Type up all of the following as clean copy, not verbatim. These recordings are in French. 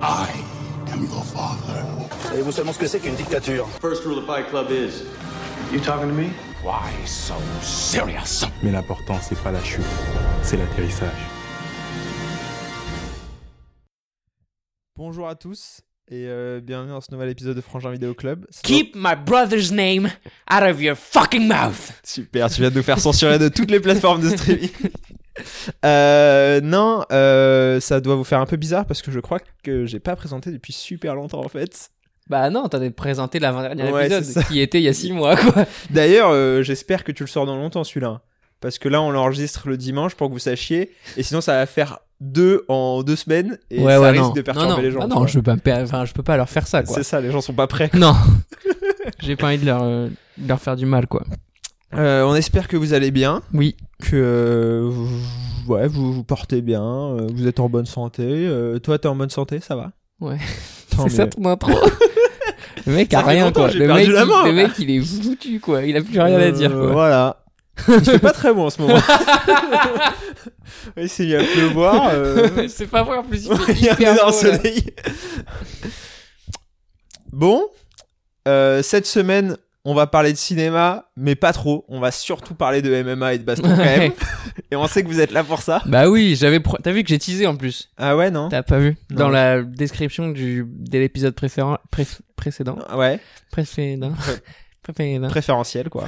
I am your father. Savez-vous seulement ce que c'est qu'une dictature? First rule of Fight Club is, you talking to me? Why so serious? Mais l'important, c'est pas la chute, c'est l'atterrissage. Bonjour à tous et bienvenue dans ce nouvel épisode de Frangin Vidéo Club. Keep my brother's name out of your fucking mouth. Super, tu viens de nous faire censurer de toutes les plateformes de streaming. Non, ça doit vous faire un peu bizarre parce que je crois que j'ai pas présenté depuis super longtemps en fait. Bah non, t'en as présenté l'avant-dernier Ouais, épisode qui était il y a 6 mois quoi. D'ailleurs, j'espère que tu le sors dans longtemps celui-là. Parce que là, on l'enregistre le dimanche pour que vous sachiez. Et sinon, ça va faire 2 en 2 semaines. Et ça risque de perturber les gens. Non, je peux pas leur faire ça quoi. C'est ça, les gens sont pas prêts. Quoi. Non, j'ai pas envie de leur faire du mal quoi. On espère que vous allez bien. Oui. Que vous vous portez bien. Vous êtes en bonne santé. Toi, t'es en bonne santé, ça va? Ouais. C'est ça ton intro. Le mec a rien quoi. Le mec il est foutu quoi. Il a plus rien à dire quoi. Voilà. Il fait pas très bon en ce moment. Il s'est mis à pleuvoir. C'est pas vrai en plus. Il y a un hyper énorme beau, soleil. Bon, cette semaine, on va parler de cinéma, mais pas trop. On va surtout parler de MMA et de baston quand même. Et on sait que vous êtes là pour ça. Bah oui, t'as vu que j'ai teasé en plus. Ah ouais, non? T'as pas vu? Non. Dans la description de l'épisode précédent. Ouais. Préférentiel quoi.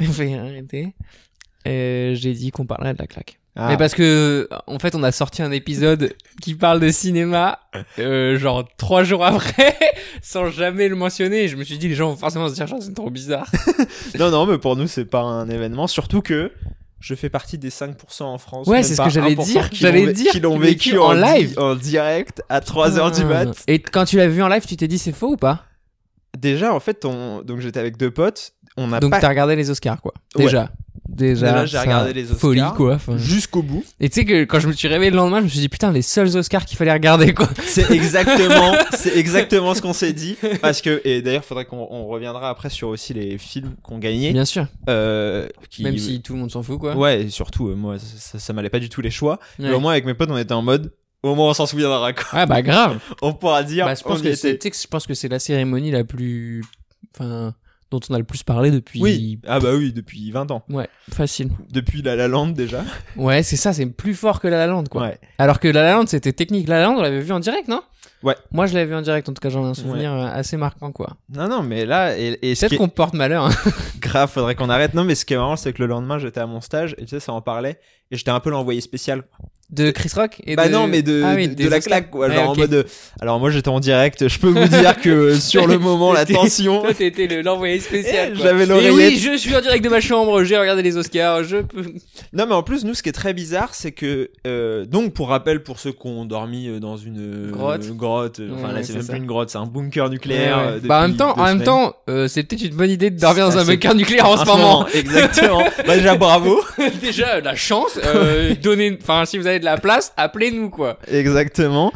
J'ai dit qu'on parlerait de la claque. Ah. Mais parce que, en fait, on a sorti un épisode qui parle de cinéma, genre 3 jours après, sans jamais le mentionner. Et je me suis dit, les gens vont forcément se dire, genre, c'est trop bizarre. Non, mais pour nous, c'est pas un événement. Surtout que je fais partie des 5% en France. Ouais, c'est ce que j'allais dire. Qui l'ont vécu en live. En direct, à 3h du mat. Et quand tu l'as vu en live, tu t'es dit, c'est faux ou pas? Déjà, en fait, donc j'étais avec 2 potes. Donc t'as regardé les Oscars, quoi. Déjà, j'ai regardé les Oscars. Folie, quoi. Enfin, jusqu'au bout. Et tu sais que quand je me suis réveillé le lendemain, je me suis dit, putain, les seuls Oscars qu'il fallait regarder, quoi. C'est exactement ce qu'on s'est dit. Parce que, et d'ailleurs, faudrait qu'on reviendra après sur aussi les films qu'on gagnait. Bien sûr. Même si tout le monde s'en fout, quoi. Ouais, et surtout, moi, ça m'allait pas du tout les choix. Ouais. Mais au moins, avec mes potes, on était en mode, au moins, on s'en souviendra, quoi. Ah, bah, grave. On pourra dire, je pense que c'est la cérémonie la plus, dont on a le plus parlé depuis. Oui. Ah bah oui, depuis 20 ans. Ouais, facile. Depuis La La Land déjà. Ouais, c'est ça, c'est plus fort que La La Land quoi. Ouais. Alors que La La Land c'était technique. La La Land on l'avait vu en direct, non? Ouais. Moi je l'avais vu en direct, en tout cas j'en ai un souvenir assez marquant quoi. Non mais là et peut-être qu'on porte malheur. Hein. Grave, faudrait qu'on arrête. Non mais ce qui est marrant c'est que le lendemain j'étais à mon stage et tu sais ça en parlait et j'étais un peu l'envoyé spécial. De Chris Rock et non mais de la claque quoi, genre en mode alors moi j'étais en direct, je peux vous dire que sur le moment la tension. Toi t'étais l'envoyé spécial quoi. J'avais l'oreillette. Et oui, je suis en direct de ma chambre, j'ai regardé les Oscars, Non mais en plus nous ce qui est très bizarre c'est que donc pour rappel pour ceux qui ont dormi dans une grotte, enfin là c'est même plus une grotte, c'est un bunker nucléaire. Bah en même temps c'est peut-être une bonne idée de dormir dans un bunker nucléaire en ce moment. Exactement. Bah déjà bravo. Déjà la chance si vous avez de la place, appelez-nous quoi. Exactement.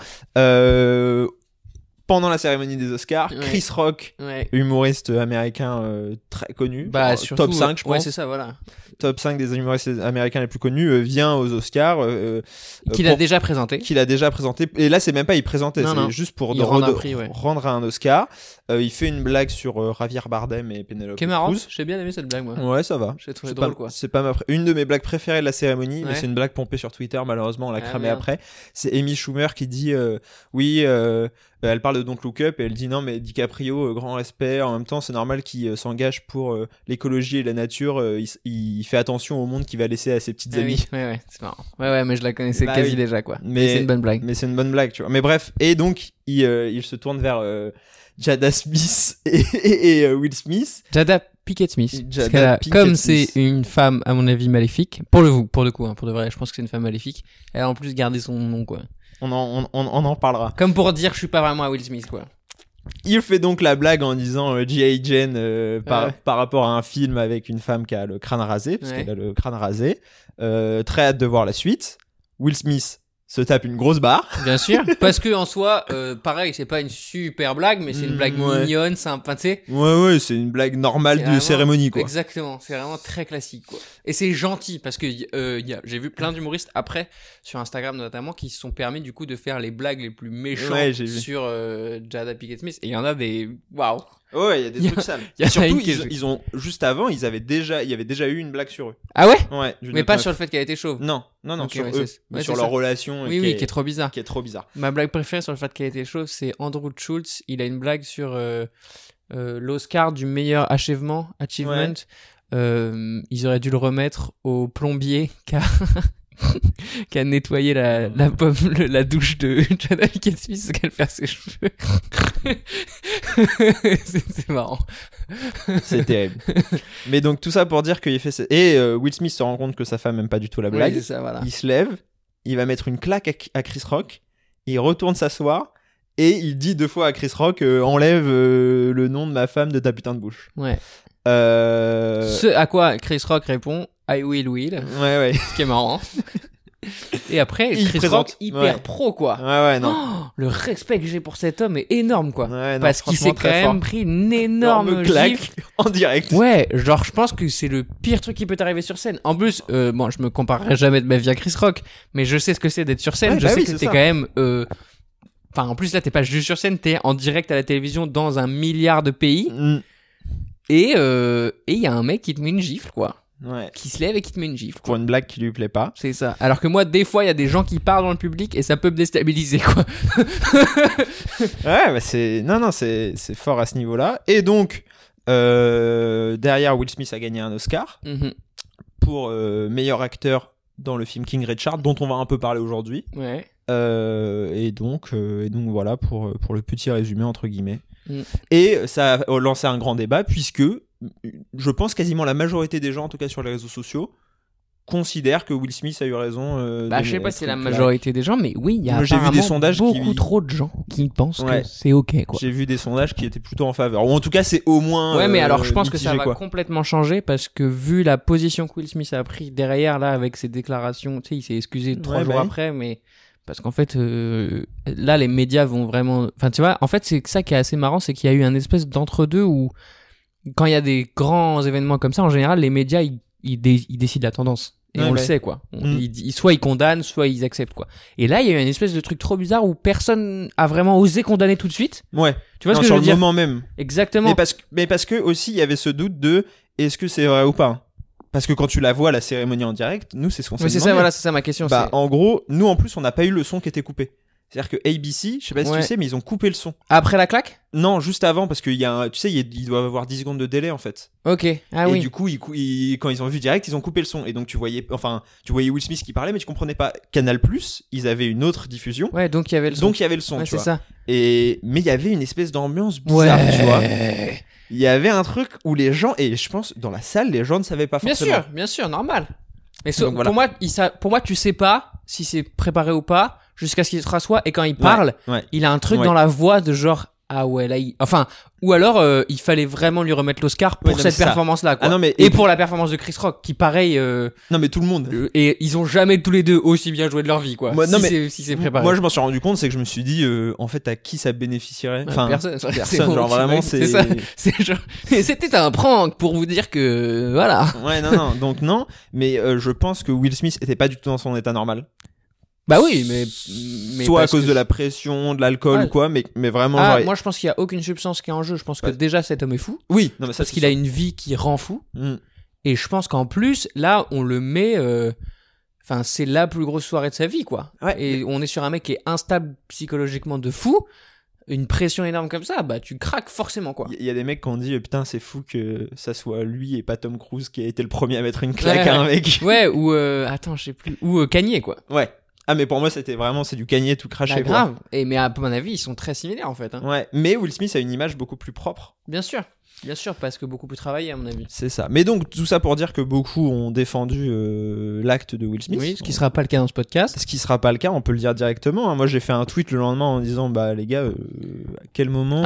Pendant la cérémonie des Oscars, Chris Rock, humoriste américain très connu, surtout, top 5 je pense. Ouais, c'est ça, voilà. Top 5 des humoristes américains les plus connus, vient aux Oscars. Qu'il a déjà présenté. Et là, c'est même pas il présentait, c'est juste pour rendre un Oscar. Il fait une blague sur Javier Bardem et Penelope Cruz. Qui est marrant, j'ai bien aimé cette blague, moi. Ouais, ça va. J'ai trouvé drôle, quoi. C'est pas une de mes blagues préférées de la cérémonie, mais c'est une blague pompée sur Twitter, malheureusement, on l'a cramée après. C'est Amy Schumer qui dit, elle parle de Don't Look Up et elle dit non mais DiCaprio grand respect, en même temps c'est normal qu'il s'engage pour l'écologie et la nature, il fait attention au monde qu'il va laisser à ses petites amies. Ouais c'est marrant. Ouais mais je la connaissais quasi déjà quoi. Mais c'est une bonne blague. Mais c'est une bonne blague tu vois. Mais bref, et donc il se tourne vers Jada Smith et Will Smith. Jada Pinkett Smith. Comme c'est une femme à mon avis maléfique, pour le coup pour de vrai, je pense que c'est une femme maléfique. Elle a en plus gardé son nom quoi. On en parlera. Comme pour dire je suis pas vraiment à Will Smith quoi. Il fait donc la blague en disant G.I. Jane par rapport à un film avec une femme qui a le crâne rasé, parce qu'elle a le crâne rasé. Très hâte de voir la suite. Will Smith se tape une grosse barre. Bien sûr. Parce que en soi, pareil, c'est pas une super blague, mais c'est une blague mignonne, sympa, tu sais. Ouais, c'est une blague normale de cérémonie, quoi. Exactement. C'est vraiment très classique, quoi. Et c'est gentil parce que j'ai vu plein d'humoristes après sur Instagram notamment qui se sont permis du coup de faire les blagues les plus méchantes sur Jada Pinkett Smith. Et il y en a des waouh. Ouais, il y a des trucs sales. Surtout, ils ont juste avant, il y y avait déjà eu une blague sur eux. Ah ouais? Ouais. Mais pas sur le fait qu'elle était chauve. Non, okay, sur eux, mais sur leur relation. Oui, qui est trop bizarre. Qui est trop bizarre. Ma blague préférée sur le fait qu'elle était chauve, c'est Andrew Schultz. Il a une blague sur l'Oscar du meilleur achievement. Ils auraient dû le remettre au plombier qui a nettoyé la douche de Jada Pinkett Smith parce qu'elle perd ses cheveux. c'est marrant. C'est terrible. Mais donc tout ça pour dire qu'il fait et Will Smith se rend compte que sa femme aime pas du tout la blague. Oui, c'est ça, voilà. Il se lève, il va mettre une claque à Chris Rock, il retourne s'asseoir et il dit 2 fois à Chris Rock enlève le nom de ma femme de ta putain de bouche. Ouais. Ce à quoi Chris Rock répond I will. Ouais. Ce qui est marrant. Et après, Chris Rock hyper pro, quoi. Ouais, non. Le respect que j'ai pour cet homme est énorme, quoi. Ouais, non, parce qu'il s'est quand même pris une énorme claque gifle en direct. Ouais, genre je pense que c'est le pire truc qui peut t'arriver sur scène. En plus, bon, je me comparerai jamais de ma vie à Chris Rock, mais je sais ce que c'est d'être sur scène. Je sais que c'était quand même... Enfin, en plus, là, t'es pas juste sur scène, t'es en direct à la télévision dans 1 milliard de pays. Et il y a un mec qui te met une gifle, quoi. Ouais. Qui se lève et qui te met une gifle, quoi. Pour une blague qui lui plaît pas. C'est ça. Alors que moi, des fois, il y a des gens qui parlent dans le public et ça peut me déstabiliser, quoi. Ouais, bah c'est fort à ce niveau-là. Et donc, derrière, Will Smith a gagné un Oscar pour meilleur acteur dans le film King Richard, dont on va un peu parler aujourd'hui. Ouais. Et donc voilà pour le petit résumé entre guillemets. Et ça a lancé un grand débat puisque je pense quasiment la majorité des gens, en tout cas sur les réseaux sociaux, considèrent que Will Smith a eu raison. Je sais pas si c'est la majorité des gens, mais oui, il y a j'ai vu des sondages beaucoup trop de gens qui pensent que c'est ok, quoi. J'ai vu des sondages qui étaient plutôt en faveur, ou en tout cas c'est au moins. Ouais, mais alors je pense que ça va quoi. complètement changer parce que vu la position que Will Smith a pris derrière là avec ses déclarations, tu sais, il s'est excusé 3 jours après, mais parce qu'en fait là les médias vont vraiment, enfin tu vois, en fait c'est ça qui est assez marrant, c'est qu'il y a eu un espèce d'entre-deux où quand il y a des grands événements comme ça, en général les médias ils décident la tendance. Et on le sait, quoi. Soit ils condamnent, soit ils acceptent, quoi. Et là, il y a eu une espèce de truc trop bizarre où personne a vraiment osé condamner tout de suite. Ouais. Tu vois ce que je veux dire? Sur le moment même. Exactement. Mais parce que aussi, il y avait ce doute de est-ce que c'est vrai ou pas? Parce que quand tu la vois, la cérémonie en direct, nous, c'est ce qu'on s'est demandé. C'est ça, voilà, c'est ça ma question. En gros, nous, en plus, on n'a pas eu le son qui était coupé. C'est-à-dire que ABC, je sais pas si tu sais, mais ils ont coupé le son. Après la claque? Non, juste avant, parce qu'il y a tu sais, ils doivent avoir 10 secondes de délai, en fait. Ok. Ah et oui. du coup, quand ils ont vu direct, ils ont coupé le son. Et donc, tu voyais Will Smith qui parlait, mais tu comprenais pas. Canal+, ils avaient une autre diffusion. Ouais, donc il y avait le son. Donc, il y avait le son, ouais, tu vois. C'est ça. Mais il y avait une espèce d'ambiance bizarre, tu vois. Il y avait un truc où les gens, et je pense, dans la salle, les gens ne savaient pas forcément. Bien sûr, normal. Mais voilà. Pour moi, tu sais pas si c'est préparé ou pas jusqu'à ce qu'il se rassoie, et quand il parle, il a un truc dans la voix de genre ah ouais là ou alors il fallait vraiment lui remettre l'Oscar pour cette performance là, quoi. Et pour la performance de Chris Rock qui pareil non mais tout le monde et ils ont jamais tous les deux aussi bien joué de leur vie, quoi. Si c'est préparé. Moi je m'en suis rendu compte, c'est que je me suis dit en fait à qui ça bénéficierait, personne genre vraiment c'est genre c'était un prank pour vous dire que voilà. Ouais non donc non, mais je pense que Will Smith était pas du tout dans son état normal. Bah oui, mais soit à cause de la pression, de l'alcool ou quoi, mais vraiment genre... Moi je pense qu'il y a aucune substance qui est en jeu. Je pense que déjà cet homme est fou. Oui, non mais ça parce qu'il a une vie qui rend fou. Et je pense qu'en plus là on le met enfin c'est la plus grosse soirée de sa vie, quoi. Et on est sur un mec qui est instable psychologiquement de fou. Une pression énorme comme ça, bah tu craques forcément, quoi. Il y a des mecs qui ont dit putain c'est fou que ça soit lui et pas Tom Cruise qui a été le premier à mettre une claque à un mec. Ouais, ou attends je sais plus, ou Kanye, quoi. Ouais. Ah mais pour moi c'était vraiment c'est du Kanye tout craché, quoi. Grave. Mais à mon avis ils sont très similaires en fait, hein. Ouais, mais Will Smith a une image beaucoup plus propre. Bien sûr, parce que beaucoup plus travaillé à mon avis. C'est ça. Mais donc tout ça pour dire que beaucoup ont défendu l'acte de Will Smith. Oui, ce qui sera pas le cas dans ce podcast. Ce qui sera pas le cas, on peut le dire directement, hein. Moi j'ai fait un tweet le lendemain en disant bah les gars, à quel moment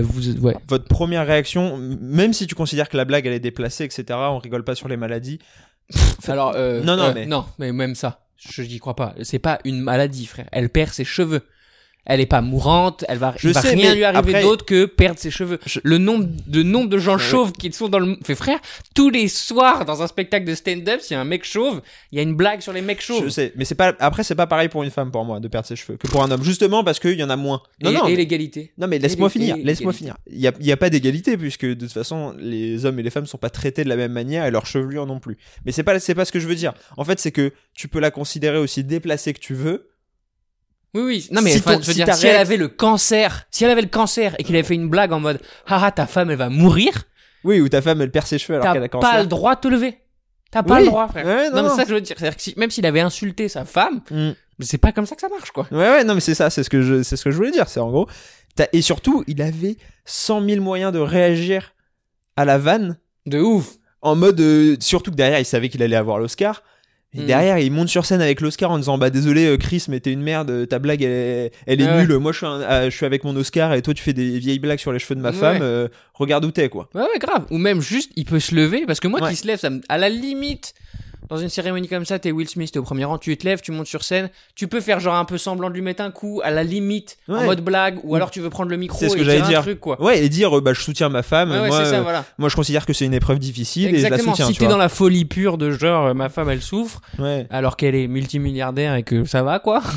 votre première réaction, même si tu considères que la blague elle est déplacée, etc., on rigole pas sur les maladies. Alors non mais même ça. Je n'y crois pas. C'est pas une maladie, frère. Elle perd ses cheveux. Elle est pas mourante, il va rien lui arriver d'autre que perdre ses cheveux. Le nombre de gens chauves qui sont dans le... Fait frère, tous les soirs dans un spectacle de stand-up, s'il y a un mec chauve, il y a une blague sur les mecs chauves. Je sais, mais c'est pas pareil pour une femme pour moi de perdre ses cheveux que pour un homme, justement parce qu'il y en a moins. Et l'égalité. Non mais laisse-moi finir. Il y a pas d'égalité puisque de toute façon les hommes et les femmes sont pas traités de la même manière et leur chevelure non plus. Mais c'est pas ce que je veux dire. En fait, c'est que tu peux la considérer aussi déplacée que tu veux. Oui. Non, mais je veux dire, si elle avait le cancer et qu'il avait fait une blague en mode, haha, ta femme, elle va mourir. Oui, ou ta femme, elle perd ses cheveux alors qu'elle a cancer. T'as pas le droit de te lever. T'as pas le droit, frère. Ouais, non, mais ça, je veux dire. C'est-à-dire que même s'il avait insulté sa femme, c'est pas comme ça que ça marche, quoi. Ouais, non, mais c'est ça, c'est ce que je voulais dire. C'est en gros, et surtout, il avait 100 000 moyens de réagir à la vanne. De ouf. En mode, surtout que derrière, il savait qu'il allait avoir l'Oscar. Et derrière, il monte sur scène avec l'Oscar en disant, bah désolé Chris, mais t'es une merde, ta blague elle est nulle. Moi je suis avec mon Oscar et toi tu fais des vieilles blagues sur les cheveux de ma femme. Regarde où t'es, quoi. Ouais, grave. Ou même juste, il peut se lever parce que moi qui se lève, à la limite. Dans une cérémonie comme ça, t'es Will Smith, t'es au premier rang, tu te lèves, tu montes sur scène, tu peux faire genre un peu semblant de lui mettre un coup, à la limite, en mode blague, ou alors tu veux prendre le micro et dire un truc, quoi. Ouais, et dire, bah, je soutiens ma femme, moi je considère que c'est une épreuve difficile. Exactement. Et je la soutiens. Si t'es dans la folie pure de genre, ma femme elle souffre, alors qu'elle est multimilliardaire et que ça va, quoi,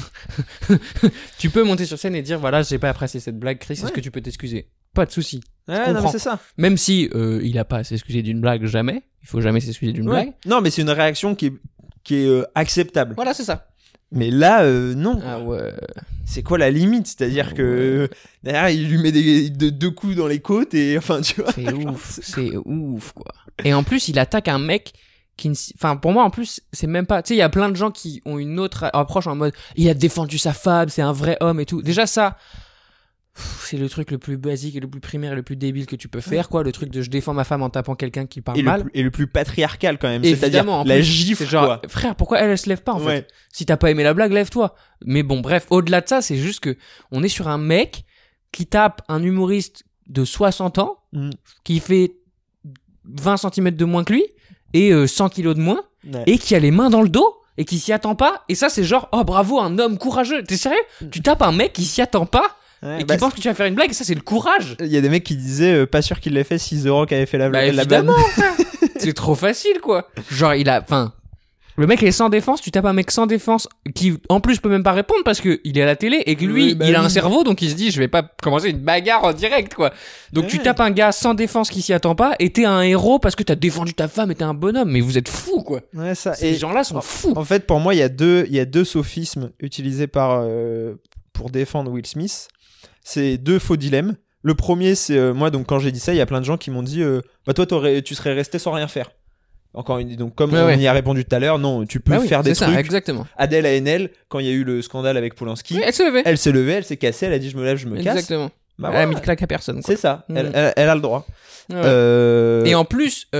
tu peux monter sur scène et dire, voilà, j'ai pas apprécié cette blague, Chris, est-ce que tu peux t'excuser? Pas de souci. Ouais, non, mais c'est ça. Même si il a pas à s'excuser d'une blague, jamais. Il faut jamais s'excuser d'une blague. Non, mais c'est une réaction qui est acceptable. Voilà, c'est ça. Mais là, non. Ah ouais. C'est quoi la limite? C'est-à-dire que derrière, il lui met deux coups dans les côtes et enfin, tu vois. C'est ouf, quoi. Et en plus, il attaque un mec enfin, pour moi, en plus, c'est même pas, tu sais, il y a plein de gens qui ont une autre approche en mode, il a défendu sa femme, c'est un vrai homme et tout. Déjà, ça, c'est le truc le plus basique et le plus primaire et le plus débile que tu peux faire, quoi. Le truc de je défends ma femme en tapant quelqu'un qui parle mal. Et le plus patriarcal quand même. C'est-à-dire la gifle, c'est genre, quoi. Frère, pourquoi elle se lève pas, en fait? Si t'as pas aimé la blague, lève-toi. Mais bon, bref, au-delà de ça, c'est juste que on est sur un mec qui tape un humoriste de 60 ans, qui fait 20 cm de moins que lui, et 100 kilos de moins, et qui a les mains dans le dos, et qui s'y attend pas. Et ça, c'est genre, oh bravo, un homme courageux. T'es sérieux? Tu tapes un mec qui s'y attend pas, et qui pense que tu vas faire une blague, et ça c'est le courage. Il y a des mecs qui disaient pas sûr qu'il l'ait fait si The Rock avait fait la blague. Évidemment. C'est trop facile, quoi. Genre le mec est sans défense, tu tapes un mec sans défense qui en plus peut même pas répondre parce que il est à la télé et que lui il a un cerveau, donc il se dit je vais pas commencer une bagarre en direct, quoi. Donc tu tapes un gars sans défense qui s'y attend pas et t'es un héros parce que t'as défendu ta femme et t'es un bonhomme, mais vous êtes fous, quoi. Ouais, ça. Ces gens-là sont fous. En fait, pour moi, il y a deux sophismes utilisés pour défendre Will Smith. C'est deux faux dilemmes. Le premier, c'est moi, donc quand j'ai dit ça, il y a plein de gens qui m'ont dit bah toi tu serais resté sans rien faire. Encore une, donc comme on y a répondu tout à l'heure, non, tu peux faire des trucs. Ça, exactement. Adèle Haenel, quand il y a eu le scandale avec Polanski, elle s'est levée, elle s'est cassée, elle a dit je me lève, je me casse. Exactement. Bah, elle a mis de claque à personne, quoi. C'est ça. Elle a le droit. Et en plus,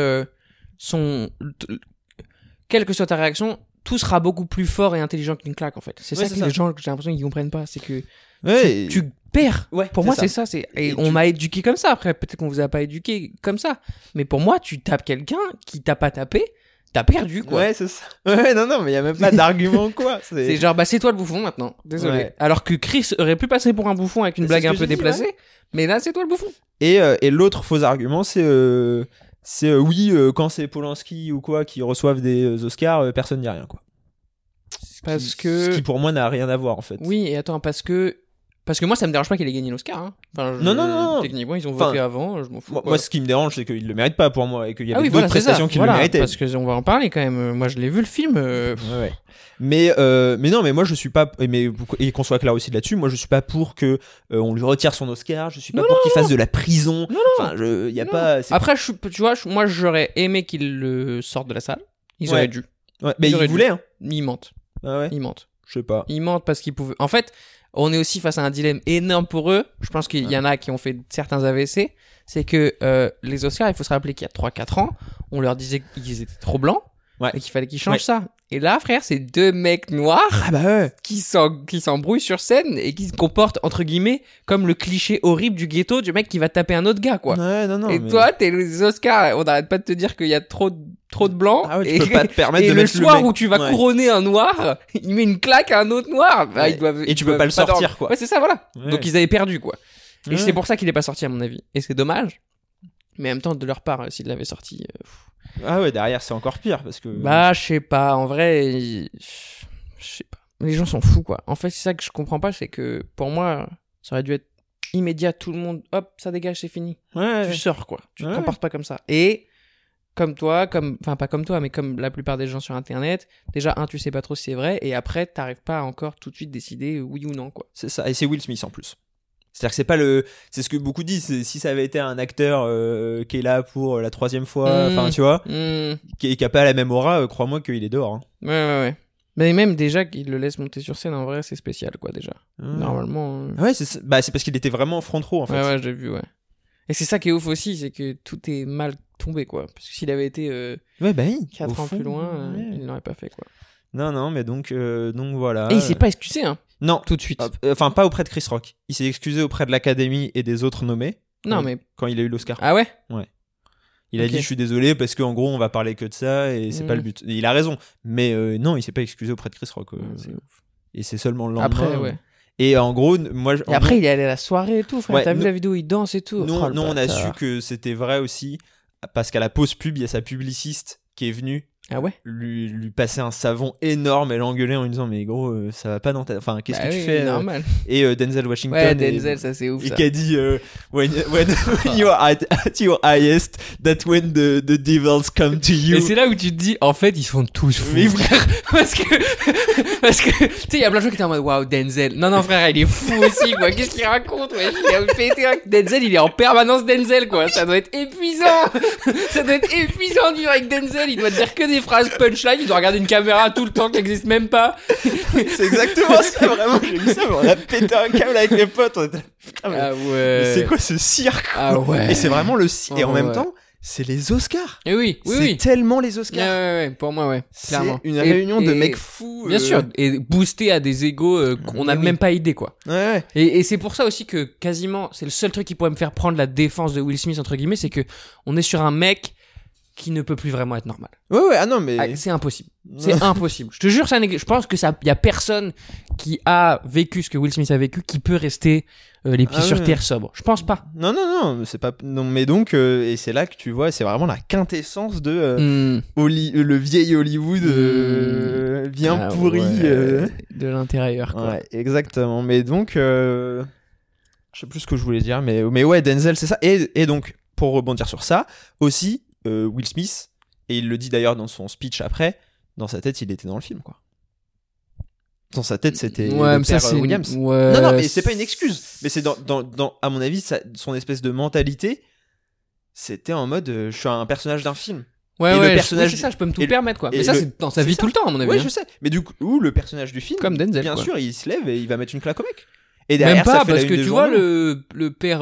quelle que soit ta réaction, tout sera beaucoup plus fort et intelligent qu'une claque, en fait. C'est ça que les gens, j'ai l'impression qu'ils comprennent pas, c'est que tu perds. Pour moi, c'est ça. Et on m'a éduqué comme ça. Après, peut-être qu'on vous a pas éduqué comme ça. Mais pour moi, tu tapes quelqu'un qui t'a pas tapé, t'as perdu, quoi. Ouais, c'est ça. Ouais, non, mais il y a même pas d'argument, quoi. C'est genre, bah, c'est toi le bouffon maintenant. Désolé. Ouais. Alors que Chris aurait pu passer pour un bouffon avec une blague un peu déplacée. Ouais. Mais là, c'est toi le bouffon. Et l'autre faux argument, c'est quand c'est Polanski ou quoi qui reçoivent des Oscars, personne n'y a rien, quoi. Ce qui pour moi n'a rien à voir, en fait. Oui, et attends, parce que moi, ça me dérange pas qu'il ait gagné l'Oscar, hein. Enfin, non. Techniquement, ils ont voté avant, je m'en fous. Moi, ce qui me dérange, c'est qu'il le mérite pas pour moi et qu'il y avait d'autres prestations qui le méritaient. Parce qu'on va en parler quand même. Moi, je l'ai vu le film. Ouais. Mais non, mais moi, je suis pas, et qu'on soit clair aussi là-dessus, moi, je suis pas pour que, on lui retire son Oscar, je suis pas pour qu'il fasse de la prison. Enfin, y a pas, après, tu vois, moi, j'aurais aimé qu'il le sorte de la salle. Ils auraient dû. Ouais, mais ils voulaient, hein. Ils mentent. Ah ouais. Ils mentent. Je sais pas. Ils mentent parce qu'ils pouvaient, en fait, on est aussi face à un dilemme énorme pour eux. Je pense qu'il y en a qui ont fait certains AVC. C'est que les Oscars, il faut se rappeler qu'il y a 3-4 ans, on leur disait qu'ils étaient trop blancs et qu'il fallait qu'ils changent ça. Et là, frère, c'est 2 mecs noirs qui s'embrouillent sur scène et qui se comportent, entre guillemets, comme le cliché horrible du ghetto du mec qui va taper un autre gars, quoi. Ouais, non, et toi, t'es les Oscars, on n'arrête pas de te dire qu'il y a trop de blancs. Ah ouais, tu peux pas te permettre et de le mettre soir mec. où tu vas couronner un noir, il met une claque à un autre noir. Bah, Et tu peux pas le sortir, quoi. Ouais, c'est ça, voilà. Ouais. Donc ils avaient perdu, quoi. Et Ouais. c'est pour ça qu'il est pas sorti, à mon avis. Et c'est dommage. Mais en même temps, de leur part, s'il l'avait sorti... Ah ouais, derrière, c'est encore pire, parce que... Bah, je sais pas. En vrai, je sais pas. Les gens s'en foutent, quoi. En fait, c'est ça que je comprends pas, c'est que pour moi, ça aurait dû être immédiat, tout le monde, hop, ça dégage, c'est fini. Ouais. Tu sors, quoi. Tu te Ouais. comportes pas comme ça. Et comme toi, enfin pas comme toi, mais comme la plupart des gens sur Internet, déjà, tu sais pas trop si c'est vrai, et après, t'arrives pas à encore tout de suite décider oui ou non, quoi. C'est ça, et c'est Will Smith en plus. C'est-à-dire que c'est pas c'est ce que beaucoup disent, c'est si ça avait été un acteur qui est là pour la 3e fois, enfin tu vois, qui a pas la même aura, crois-moi qu'il est dehors. Hein. Ouais. Mais même déjà qu'il le laisse monter sur scène, en vrai, c'est spécial, quoi, déjà. Normalement... Ouais, c'est parce qu'il était vraiment front row, en fait. Ouais, j'ai vu, ouais. Et c'est ça qui est ouf aussi, c'est que tout est mal tombé, quoi. Parce que s'il avait été 4 ans plus loin, il n'aurait pas fait, quoi. Non, mais donc voilà. Et il s'est pas excusé, hein. Non. Tout de suite. Enfin, pas auprès de Chris Rock. Il s'est excusé auprès de l'Académie et des autres nommés. Non, mais... Quand il a eu l'Oscar. Ah ouais? Ouais. Il a dit, je suis désolé, parce qu'en gros, on va parler que de ça, et c'est pas le but. Et il a raison. Mais non, il s'est pas excusé auprès de Chris Rock. C'est ouf. Et c'est seulement le lendemain. Après, ouais. Et en gros, moi... Et après, il est allé à la soirée et tout, frère. Ouais, T'as vu la vidéo où il danse et tout? Nous, on a su que c'était vrai aussi, parce qu'à la pause pub, il y a sa publiciste qui est venue Ah ouais? lui passer un savon énorme et l'engueuler en lui disant mais gros ça va pas dans ta... Enfin qu'est-ce que tu fais normal. Et Denzel Washington ouais, Denzel, ça c'est ouf, et ça. qui a dit when you are at your highest, that when the devils come to you. Et c'est là où tu te dis en fait ils sont tous fous, frère. parce que tu sais il y a plein de gens qui étaient en mode waouh Denzel. Non frère, il est fou aussi quoi. Qu'est-ce qu'il raconte, ouais. Il a pété Denzel, il est en permanence Denzel quoi. Ça doit être épuisant. Ça doit être épuisant de vivre avec Denzel, il doit dire que des phrases punchline, il doit regarder une caméra tout le temps qui n'existe même pas. C'est exactement ça, vraiment. J'ai vu ça, mais on a pété un câble avec les potes. On était... Ah ouais. C'est quoi ce cirque? Ah ouais. Et c'est vraiment le cirque. Et en même temps, c'est les Oscars. Et oui. C'est tellement les Oscars. Ouais, pour moi, ouais. Clairement. C'est une réunion de mecs fous. Bien sûr. Et boosté à des égos qu'on n'a même pas idée, quoi. Ouais. Et c'est pour ça aussi que quasiment, c'est le seul truc qui pourrait me faire prendre la défense de Will Smith, entre guillemets, c'est que on est sur un mec qui ne peut plus vraiment être normal. Ouais, ah non, mais... c'est impossible. C'est impossible. Je te jure, je pense que y a personne qui a vécu ce que Will Smith a vécu qui peut rester les pieds sur terre sobre. Je pense pas. Non, c'est pas... Non, mais donc, et c'est là que tu vois, c'est vraiment la quintessence de le vieil Hollywood bien pourri. De l'intérieur, quoi. Ouais, exactement. Mais donc, je sais plus ce que je voulais dire, mais ouais, Denzel, c'est ça. Et donc, pour rebondir sur ça, aussi... Will Smith, et il le dit d'ailleurs dans son speech après, dans sa tête il était dans le film quoi. Dans sa tête c'était le père Williams. Non mais c'est pas une excuse, mais c'est dans à mon avis son espèce de mentalité, c'était en mode je suis un personnage d'un film. Ouais, et le personnage c'est ça, je peux me tout permettre quoi. Mais ça c'est dans sa vie tout le temps à mon avis. Ouais, je sais. Mais du coup, le personnage du film, comme Denzel, bien quoi. sûr, il se lève et il va mettre une claque au mec. Et derrière, même pas, ça fait parce la que une tu des vois, journaux. le père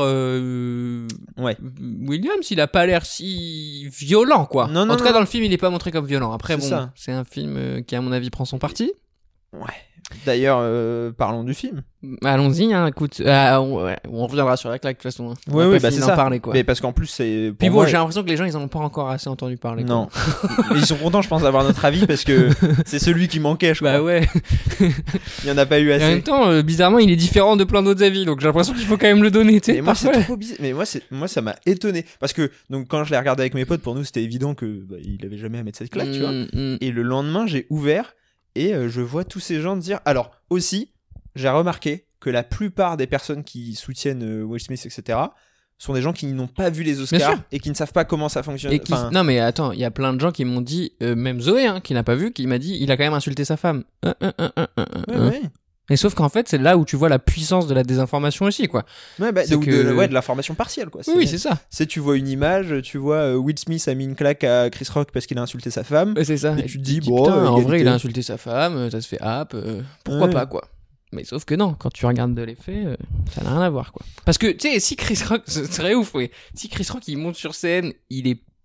Williams, il a pas l'air si violent, quoi. Non, en tout cas, dans le film, il est pas montré comme violent. Après, c'est ça. c'est un film qui, à mon avis, prend son parti. Ouais. D'ailleurs, parlons du film. Allons-y, hein, écoute. On reviendra sur la claque, de toute façon. Hein. Oui, bah c'est ça. Parler, quoi. Mais parce qu'en plus, c'est... Puis bon, j'ai l'impression que les gens, ils en ont pas encore assez entendu parler. Non. Mais ils sont contents, je pense, d'avoir notre avis parce que c'est celui qui manquait, je crois. Bah ouais. Il y en a pas eu assez. Et en même temps, bizarrement, il est différent de plein d'autres avis, donc j'ai l'impression qu'il faut quand même le donner, tu sais. Mais moi, c'est trop bizarre. Mais moi, ça m'a étonné. Parce que, donc, quand je l'ai regardé avec mes potes, pour nous, c'était évident que, il avait jamais à mettre cette claque, tu vois. Et le lendemain, j'ai ouvert et je vois tous ces gens dire, alors, aussi, j'ai remarqué que la plupart des personnes qui soutiennent Will Smith, etc., sont des gens qui n'ont pas vu les Oscars et qui ne savent pas comment ça fonctionne. Et non mais attends, il y a plein de gens qui m'ont dit, même Zoé, qui n'a pas vu, qui m'a dit, il a quand même insulté sa femme. Ouais. Et sauf qu'en fait, c'est là où tu vois la puissance de la désinformation aussi, quoi. Ouais, de l'information partielle, quoi. Oui, c'est ça. C'est tu vois une image, tu vois Will Smith a mis une claque à Chris Rock parce qu'il a insulté sa femme. C'est ça. Et tu te dis, bon, en vrai, il a insulté sa femme, ça se fait pourquoi pas, quoi. Mais sauf que non, quand tu regardes de les faits, ça n'a rien à voir, quoi. Parce que, tu sais, si Chris Rock, ce serait ouf, oui. Si Chris Rock, il monte sur scène, il est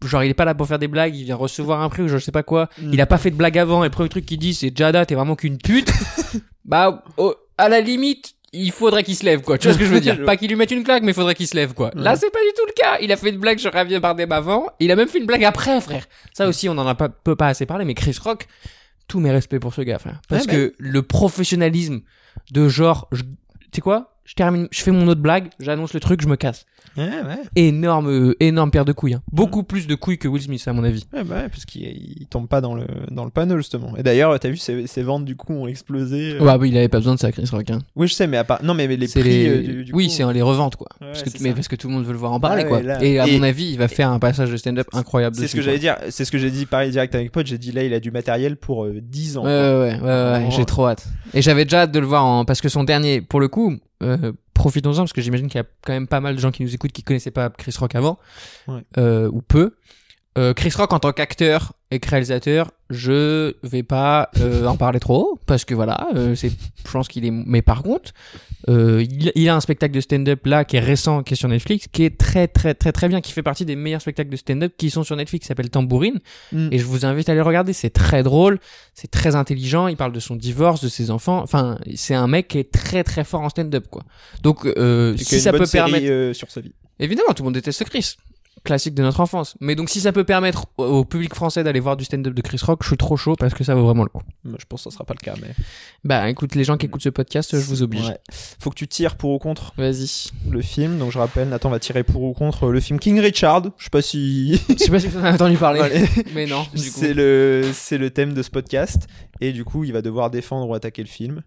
genre il est pas là pour faire des blagues, il vient recevoir un prix ou je sais pas quoi, il a pas fait de blague avant et le premier truc qu'il dit c'est Jada t'es vraiment qu'une pute. Bah à la limite il faudrait qu'il se lève quoi, tu vois ce que je veux dire. Pas qu'il lui mette une claque mais il faudrait qu'il se lève quoi. Là c'est pas du tout le cas, il a fait une blague sur Javier Bardem avant, il a même fait une blague après frère. Ça aussi on en a peut pas assez parlé, mais Chris Rock, tous mes respects pour ce gars frère. Parce que le professionnalisme de genre tu sais quoi, je termine, je fais mon autre blague, j'annonce le truc, je me casse. Énorme paire de couilles. Beaucoup plus de couilles que Will Smith à mon avis. Parce qu'il tombe pas dans le panneau justement. Et d'ailleurs, t'as vu ses ventes du coup ont explosé. Oui, il avait pas besoin de ça, Chris Rock. Hein. Oui, je sais, mais non, mais les prix. Du oui, coup, c'est les reventes quoi. Parce que tout le monde veut le voir en parler quoi. Et à mon avis, il va faire un passage de stand-up incroyable. C'est ce que j'allais dire. C'est ce que j'ai dit pareil direct avec pote. J'ai dit là, il a du matériel pour 10 ans. Ouais. J'ai trop hâte. Et j'avais déjà hâte de le voir parce que son dernier, pour le coup. Profitons-en parce que j'imagine qu'il y a quand même pas mal de gens qui nous écoutent qui connaissaient pas Chris Rock avant ou peu. Chris Rock en tant qu'acteur et que réalisateur, je vais pas en parler trop parce que voilà, je pense qu'il est. Mais par contre, il a un spectacle de stand-up là qui est récent, qui est sur Netflix, qui est très très très très bien, qui fait partie des meilleurs spectacles de stand-up qui sont sur Netflix, qui s'appelle Tambourine. Et je vous invite à aller regarder, c'est très drôle, c'est très intelligent. Il parle de son divorce, de ses enfants. Enfin, c'est un mec qui est très très fort en stand-up quoi. Donc si ça peut permettre sur sa vie. Évidemment, tout le monde déteste Chris. Classique de notre enfance. Mais donc si ça peut permettre au public français d'aller voir du stand-up de Chris Rock, je suis trop chaud parce que ça vaut vraiment le coup. Je pense que ça sera pas le cas, mais... Bah écoute, les gens qui écoutent ce podcast, je vous oblige. Faut que tu tires pour ou contre. Vas-y. Le film, donc je rappelle, Nathan va tirer pour ou contre le film King Richard. Je sais pas si vous en avez entendu parler. Mais non, du coup. C'est le thème de ce podcast. Et du coup, il va devoir défendre ou attaquer le film.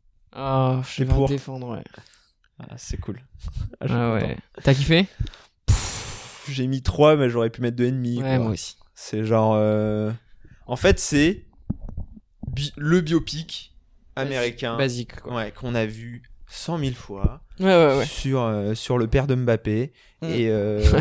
Je vais défendre, ouais. C'est cool. Ouais. T'as kiffé ? J'ai mis 3, mais j'aurais pu mettre 2,5. Ouais, moi aussi. C'est genre... En fait, c'est le biopic américain. Basique, quoi. Ouais, qu'on a vu 100 000 fois. Ouais. Sur le père de Mbappé. Et...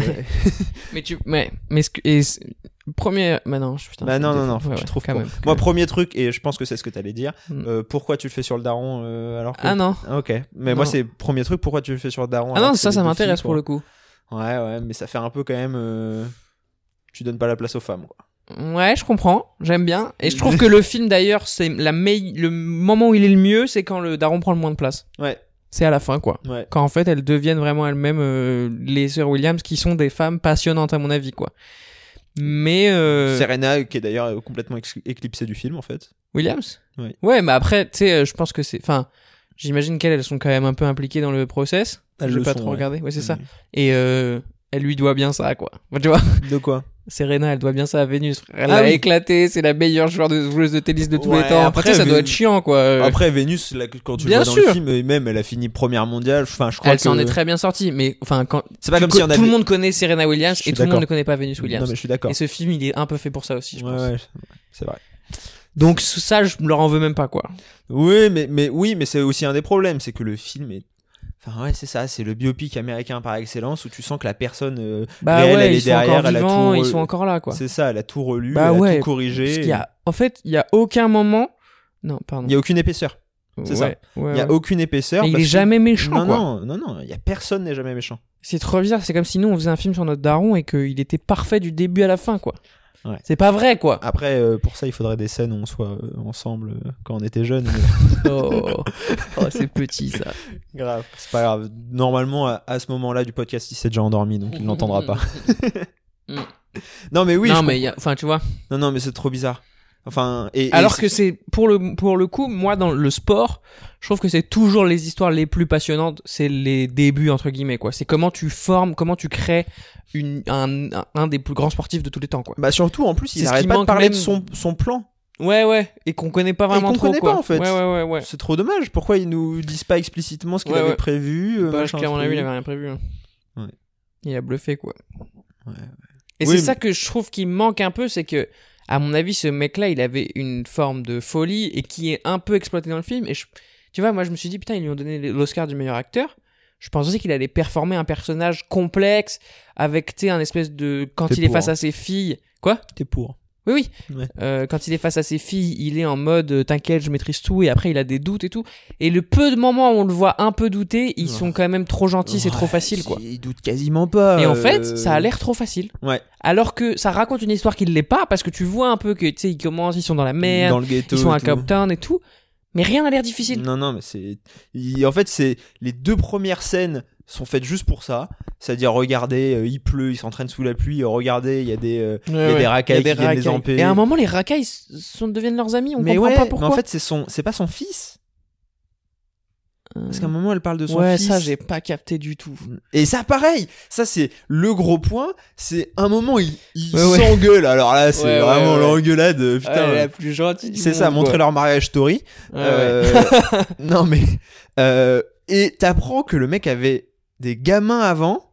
mais premier... Bah non, putain. Bah non, faut que tu trouves quand même. Moi, premier truc, et je pense que c'est ce que t'allais dire, pourquoi tu le fais sur le daron alors que... Ah non. Ok. Mais moi, c'est premier truc, pourquoi tu le fais sur le daron. Ah non, ça m'intéresse pour le coup. Ouais, mais ça fait un peu quand même... Tu donnes pas la place aux femmes, quoi. Ouais, je comprends, j'aime bien. Et je trouve que le film, d'ailleurs, c'est le moment où il est le mieux, c'est quand le daron prend le moins de place. Ouais. C'est à la fin, quoi. Ouais. Quand en fait, elles deviennent vraiment elles-mêmes les sœurs Williams, qui sont des femmes passionnantes, à mon avis, quoi. Mais... Serena, qui est d'ailleurs complètement éclipsée du film, en fait. Williams ? Oui. Ouais, mais après, tu sais, je pense que c'est... Enfin, j'imagine qu'elles sont quand même un peu impliquées dans le process. Je vais pas trop regarder. Ouais, c'est ça. Et elle lui doit bien ça, quoi. Tu vois ? De quoi ? Serena, elle doit bien ça à Vénus. Elle l'a éclaté, c'est la meilleure joueuse de tennis de tous les temps. Après, ça doit être chiant, quoi. Après, Vénus, là, quand tu le vois dans le film, même, elle a fini première mondiale. Enfin, je crois elle s'en est très bien sortie, mais enfin, c'est pas comme si on tout le monde connaît Serena Williams et tout le monde ne connaît pas Venus Williams. Non, mais je suis d'accord. Et ce film, il est un peu fait pour ça aussi, je pense. Ouais, c'est vrai. Donc ça, je leur en veux même pas, quoi. Oui, mais c'est aussi un des problèmes, c'est que le film est... Enfin ouais, c'est ça, c'est le biopic américain par excellence où tu sens que la personne réelle, elle est derrière, elle a tout ils sont encore là, quoi. C'est ça, elle a tout relu, elle a tout corrigé. En fait, il y a aucun moment. Non, pardon. Il y a aucune épaisseur. C'est ça. Il y a aucune épaisseur. Et il est jamais méchant, quoi. Non, il y a personne n'est jamais méchant. C'est trop bizarre, c'est comme si nous on faisait un film sur notre daron et qu'il était parfait du début à la fin, quoi. Ouais. C'est pas vrai, quoi. Après, pour ça, il faudrait des scènes où on soit ensemble quand on était jeunes. Oh, c'est petit, ça. Grave, c'est pas grave. Normalement, à ce moment-là du podcast, il s'est déjà endormi, donc il n'entendra pas. Non, mais oui. Non, mais enfin, tu vois. Non, mais c'est trop bizarre. Enfin, alors que c'est pour le coup, moi dans le sport, je trouve que c'est toujours les histoires les plus passionnantes, c'est les débuts entre guillemets, quoi. C'est comment tu formes, comment tu crées un des plus grands sportifs de tous les temps, quoi. Bah surtout en plus, il arrête pas de parler de son plan. Ouais, et qu'on connaît pas vraiment trop, quoi. Pas en fait. Ouais. C'est trop dommage. Pourquoi ils nous disent pas explicitement ce qu'il avait prévu parce qu'à mon avis, il avait rien prévu. Ouais. Il a bluffé, quoi. Ouais. Et c'est ça que je trouve qui manque un peu, c'est que à mon avis, ce mec-là, il avait une forme de folie et qui est un peu exploité dans le film. Et tu vois, moi, je me suis dit, putain, ils lui ont donné l'Oscar du meilleur acteur. Je pensais qu'il allait performer un personnage complexe avec, tu sais, un espèce de... Quand il est face à ses filles... Quoi ? T'es pour. Oui. Ouais. Quand il est face à ses filles, il est en mode t'inquiète, je maîtrise tout, et après il a des doutes et tout. Et le peu de moments où on le voit un peu douter, ils sont quand même trop gentils, c'est trop facile quoi. Il doute quasiment pas. Et en fait, ça a l'air trop facile. Ouais. Alors que ça raconte une histoire qui ne l'est pas, parce que tu vois un peu que tu sais, ils commencent, ils sont dans la merde, Dans le ghetto. ils sont à et tout. Cape Town et tout, mais rien n'a l'air difficile. Non, mais c'est. En fait, c'est les 2 premières scènes sont faites juste pour ça. C'est-à-dire, regardez, il pleut, ils s'entraînent sous la pluie, regardez, il y a des, il y a des racailles qui viennent les empêcher. Et à un moment, les racailles deviennent leurs amis, on comprend pas pourquoi. Mais en fait, c'est pas son fils. Parce qu'à un moment, elle parle de son fils. Ouais, ça, j'ai pas capté du tout. Et ça, pareil, ça, c'est le gros point. C'est un moment, il s'engueule. Alors là, c'est vraiment l'engueulade. Putain, la plus gentille. C'est ça, montrer leur mariage story. Non, mais. Et t'apprends que le mec avait des gamins avant.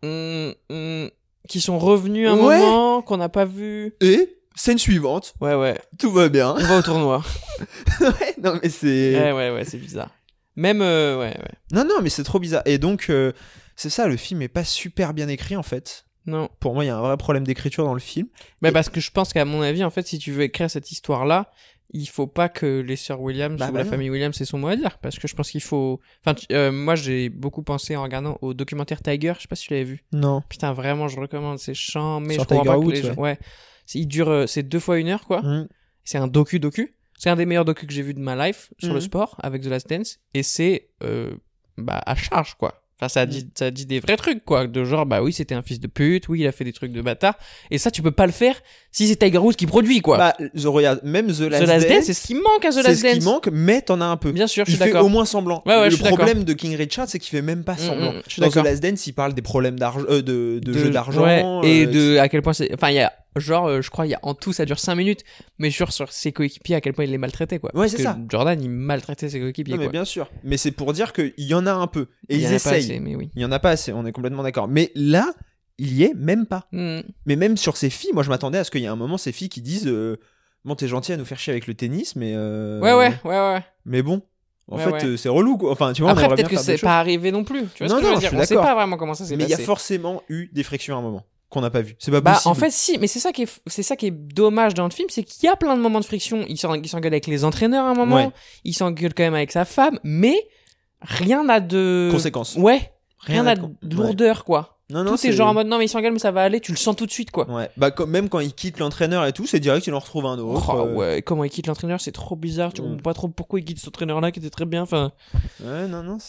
Qui sont revenus un moment, qu'on n'a pas vu. Et scène suivante. Ouais. Tout va bien. On va au tournoi. Ouais, non, mais c'est. Ouais, c'est bizarre. Même, Non, mais c'est trop bizarre. Et donc, c'est ça, le film est pas super bien écrit en fait. Non. Pour moi, il y a un vrai problème d'écriture dans le film. Mais parce que je pense qu'à mon avis, en fait, si tu veux écrire cette histoire-là, il faut pas que les sœurs Williams ou la famille Williams ait son mot à dire. Parce que je pense qu'il faut. Enfin, moi, j'ai beaucoup pensé en regardant au documentaire Tiger. Je sais pas si tu l'avais vu. Non. Putain, vraiment, je recommande. C'est chiant, mais sur je comprends pas Woods, que les gens. Ouais. Il dure. C'est 2 fois 1 heure, quoi. C'est un docu. C'est un des meilleurs docus que j'ai vu de ma life sur le sport avec The Last Dance. Et c'est à charge, quoi. Enfin, ça dit des vrais trucs, quoi. De genre, bah oui, c'était un fils de pute, oui, il a fait des trucs de bâtard. Et ça, tu peux pas le faire si c'est Tiger Woods qui produit, quoi. Bah, je regarde, même The Last Dance, Dance, c'est ce qui manque à The Last Dance. C'est ce qui manque, mais t'en as un peu. Bien sûr, je suis d'accord. Il fait d'accord. au moins semblant. Ouais, le problème de King Richard, c'est qu'il fait même pas semblant. Je suis Dans d'accord. The Last Dance, il parle des problèmes d'argent, de jeu d'argent. Ouais, et de à quel point c'est. Enfin, il y a. Genre, je crois, il y a en tout, ça dure 5 minutes, mais sur ses coéquipiers, à quel point il les maltraitait, quoi. Ouais, parce c'est que ça. Jordan, il maltraitait ses coéquipiers, Non, mais quoi. bien sûr. Mais c'est pour dire qu'il y en a un peu. Et Il y ils en a pas essayent. assez, mais oui. Il y en a pas assez, on est complètement d'accord. Mais là, il y est même pas. Mais même sur ces filles, moi je m'attendais à ce qu'il y ait un moment ces filles qui disent bon, t'es gentil à nous faire chier avec le tennis, mais. Ouais. Mais bon. En fait, c'est relou, quoi. Enfin, tu vois, après, peut-être que c'est pas arrivé non plus. Tu vois ce que je veux dire? On sait pas vraiment comment ça s'est passé. Mais il y a forcément eu des frictions à un moment qu'on n'a pas vu. C'est pas bah, possible. en fait, si, mais c'est ça qui est dommage dans le film, c'est qu'il y a plein de moments de friction. Il s'engueule avec les entraîneurs à un moment, il s'engueule quand même avec sa femme, mais rien n'a de conséquences. Ouais, rien n'a de lourdeur, quoi. Non, tout est genre en mode non mais il s'engueule mais ça va aller, tu le sens tout de suite, quoi. Ouais, bah même quand il quitte l'entraîneur et tout, c'est direct qu'il en retrouve un autre. Ouais, comment il quitte l'entraîneur, c'est trop bizarre, tu comprends pas trop pourquoi il quitte cet entraîneur là qui était très bien, enfin. Ouais, non,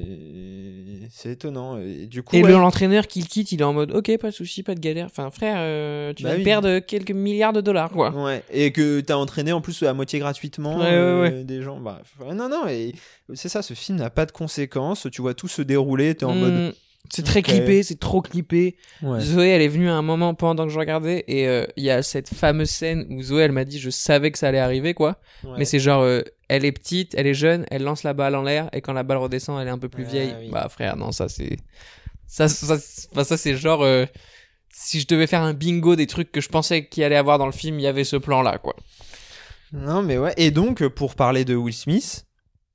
c'est étonnant. Et du coup, l'entraîneur qu'il quitte, il est en mode OK, pas de souci, pas de galère. Enfin frère, tu vas perdre quelques milliards de dollars, quoi. Ouais, et que t'as entraîné en plus à moitié gratuitement des gens. Bah non, et c'est ça, ce film n'a pas de conséquences, tu vois tout se dérouler, t'es en mode c'est très clippé, c'est trop clippé. Ouais. Zoé, elle est venue à un moment pendant que je regardais et il y a cette fameuse scène où Zoé, elle m'a dit je savais que ça allait arriver, quoi. Ouais. Mais c'est genre elle est petite, elle est jeune, elle lance la balle en l'air et quand la balle redescend, elle est un peu plus vieille. Oui. Bah frère, non, ça c'est ça c'est genre si je devais faire un bingo des trucs que je pensais qu'il allait avoir dans le film, il y avait ce plan là, quoi. Non mais ouais, et donc pour parler de Will Smith,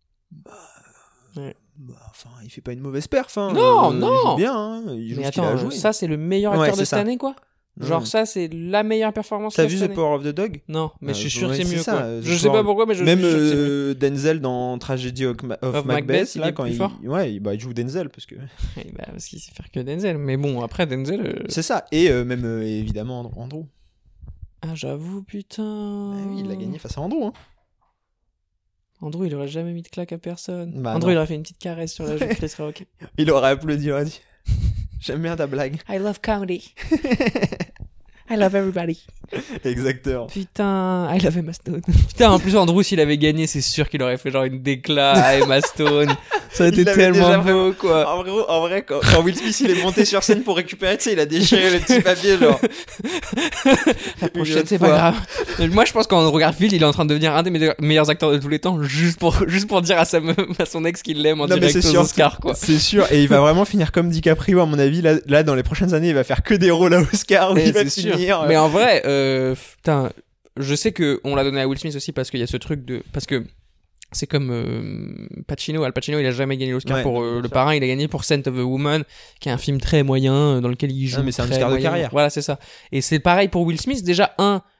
enfin, il fait pas une mauvaise perf, hein. Non. Il joue bien, hein. Il joue mais ce attends, qu'il a joué. Ça c'est le meilleur acteur de cette année, quoi. Genre ça c'est la meilleure performance. T'as vu The Power of the Dog? Non, mais je suis sûr que c'est mieux, ça, quoi. Je sais pas pourquoi, mais je même suis sûr que c'est mieux. Denzel dans Tragedy of Macbeth, là, quand il joue Denzel parce que parce qu'il sait faire que Denzel. Mais bon, après Denzel. C'est ça. Et même évidemment Andrew. Ah j'avoue, putain. Oui, il a gagné face à Andrew, hein. Andrew, il aurait jamais mis de claque à personne. Bah, Andrew, il aurait fait une petite caresse sur la joue de Chris Rock. Il aurait applaudi, il aurait dit j'aime bien ta blague. I love comedy. I love everybody. Exactement. Putain, I love Emma Stone. Putain, en plus, Andrew, s'il avait gagné, c'est sûr qu'il aurait fait genre une déclat à Emma Stone. Ça aurait été tellement beau, quoi. En vrai, quand Will Smith il est monté sur scène pour récupérer, tu sais, il a déchiré le petit papier, genre. La prochaine, c'est pas grave. Moi, je pense qu'Andrew Garfield, il est en train de devenir un des meilleurs acteurs de tous les temps, juste pour dire à son ex qu'il l'aime en direct aux Oscars, quoi. C'est sûr. Et il va vraiment finir comme DiCaprio, à mon avis. Là, dans les prochaines années, il va faire que des rôles à Oscar où il va finir. Mais en vrai, putain, je sais que on l'a donné à Will Smith aussi parce qu'il y a ce truc parce que c'est comme Pacino. Al Pacino, il a jamais gagné l'Oscar pour Le Parrain, il a gagné pour Scent of a Woman, qui est un film très moyen dans lequel il joue. Mais c'est un Oscar de carrière. Voilà, c'est ça. Et c'est pareil pour Will Smith. Déjà,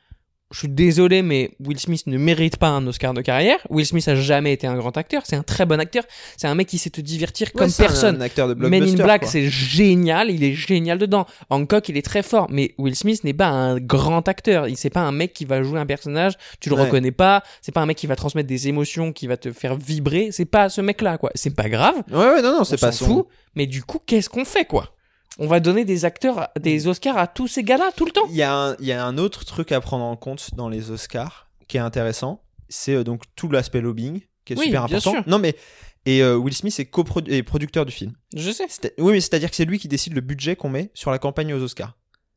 je suis désolé, mais Will Smith ne mérite pas un Oscar de carrière. Will Smith a jamais été un grand acteur. C'est un très bon acteur. C'est un mec qui sait te divertir comme personne. Un acteur de blockbuster. Men in Black, quoi. c'est génial. Il est génial dedans. Hancock, il est très fort. Mais Will Smith n'est pas un grand acteur. C'est pas un mec qui va jouer un personnage. Tu le reconnais pas. C'est pas un mec qui va transmettre des émotions, qui va te faire vibrer. C'est pas ce mec-là, quoi. C'est pas grave. Ouais, non, c'est pas son fou. Mais du coup, qu'est-ce qu'on fait, quoi? On va donner des Oscars à tous ces gars-là tout le temps. Il y a un autre truc à prendre en compte dans les Oscars qui est intéressant, c'est donc tout l'aspect lobbying qui est super important. Sûr. Non mais Will Smith est producteur du film. Je sais. Oui, mais c'est-à-dire que c'est lui qui décide le budget qu'on met sur la campagne aux Oscars.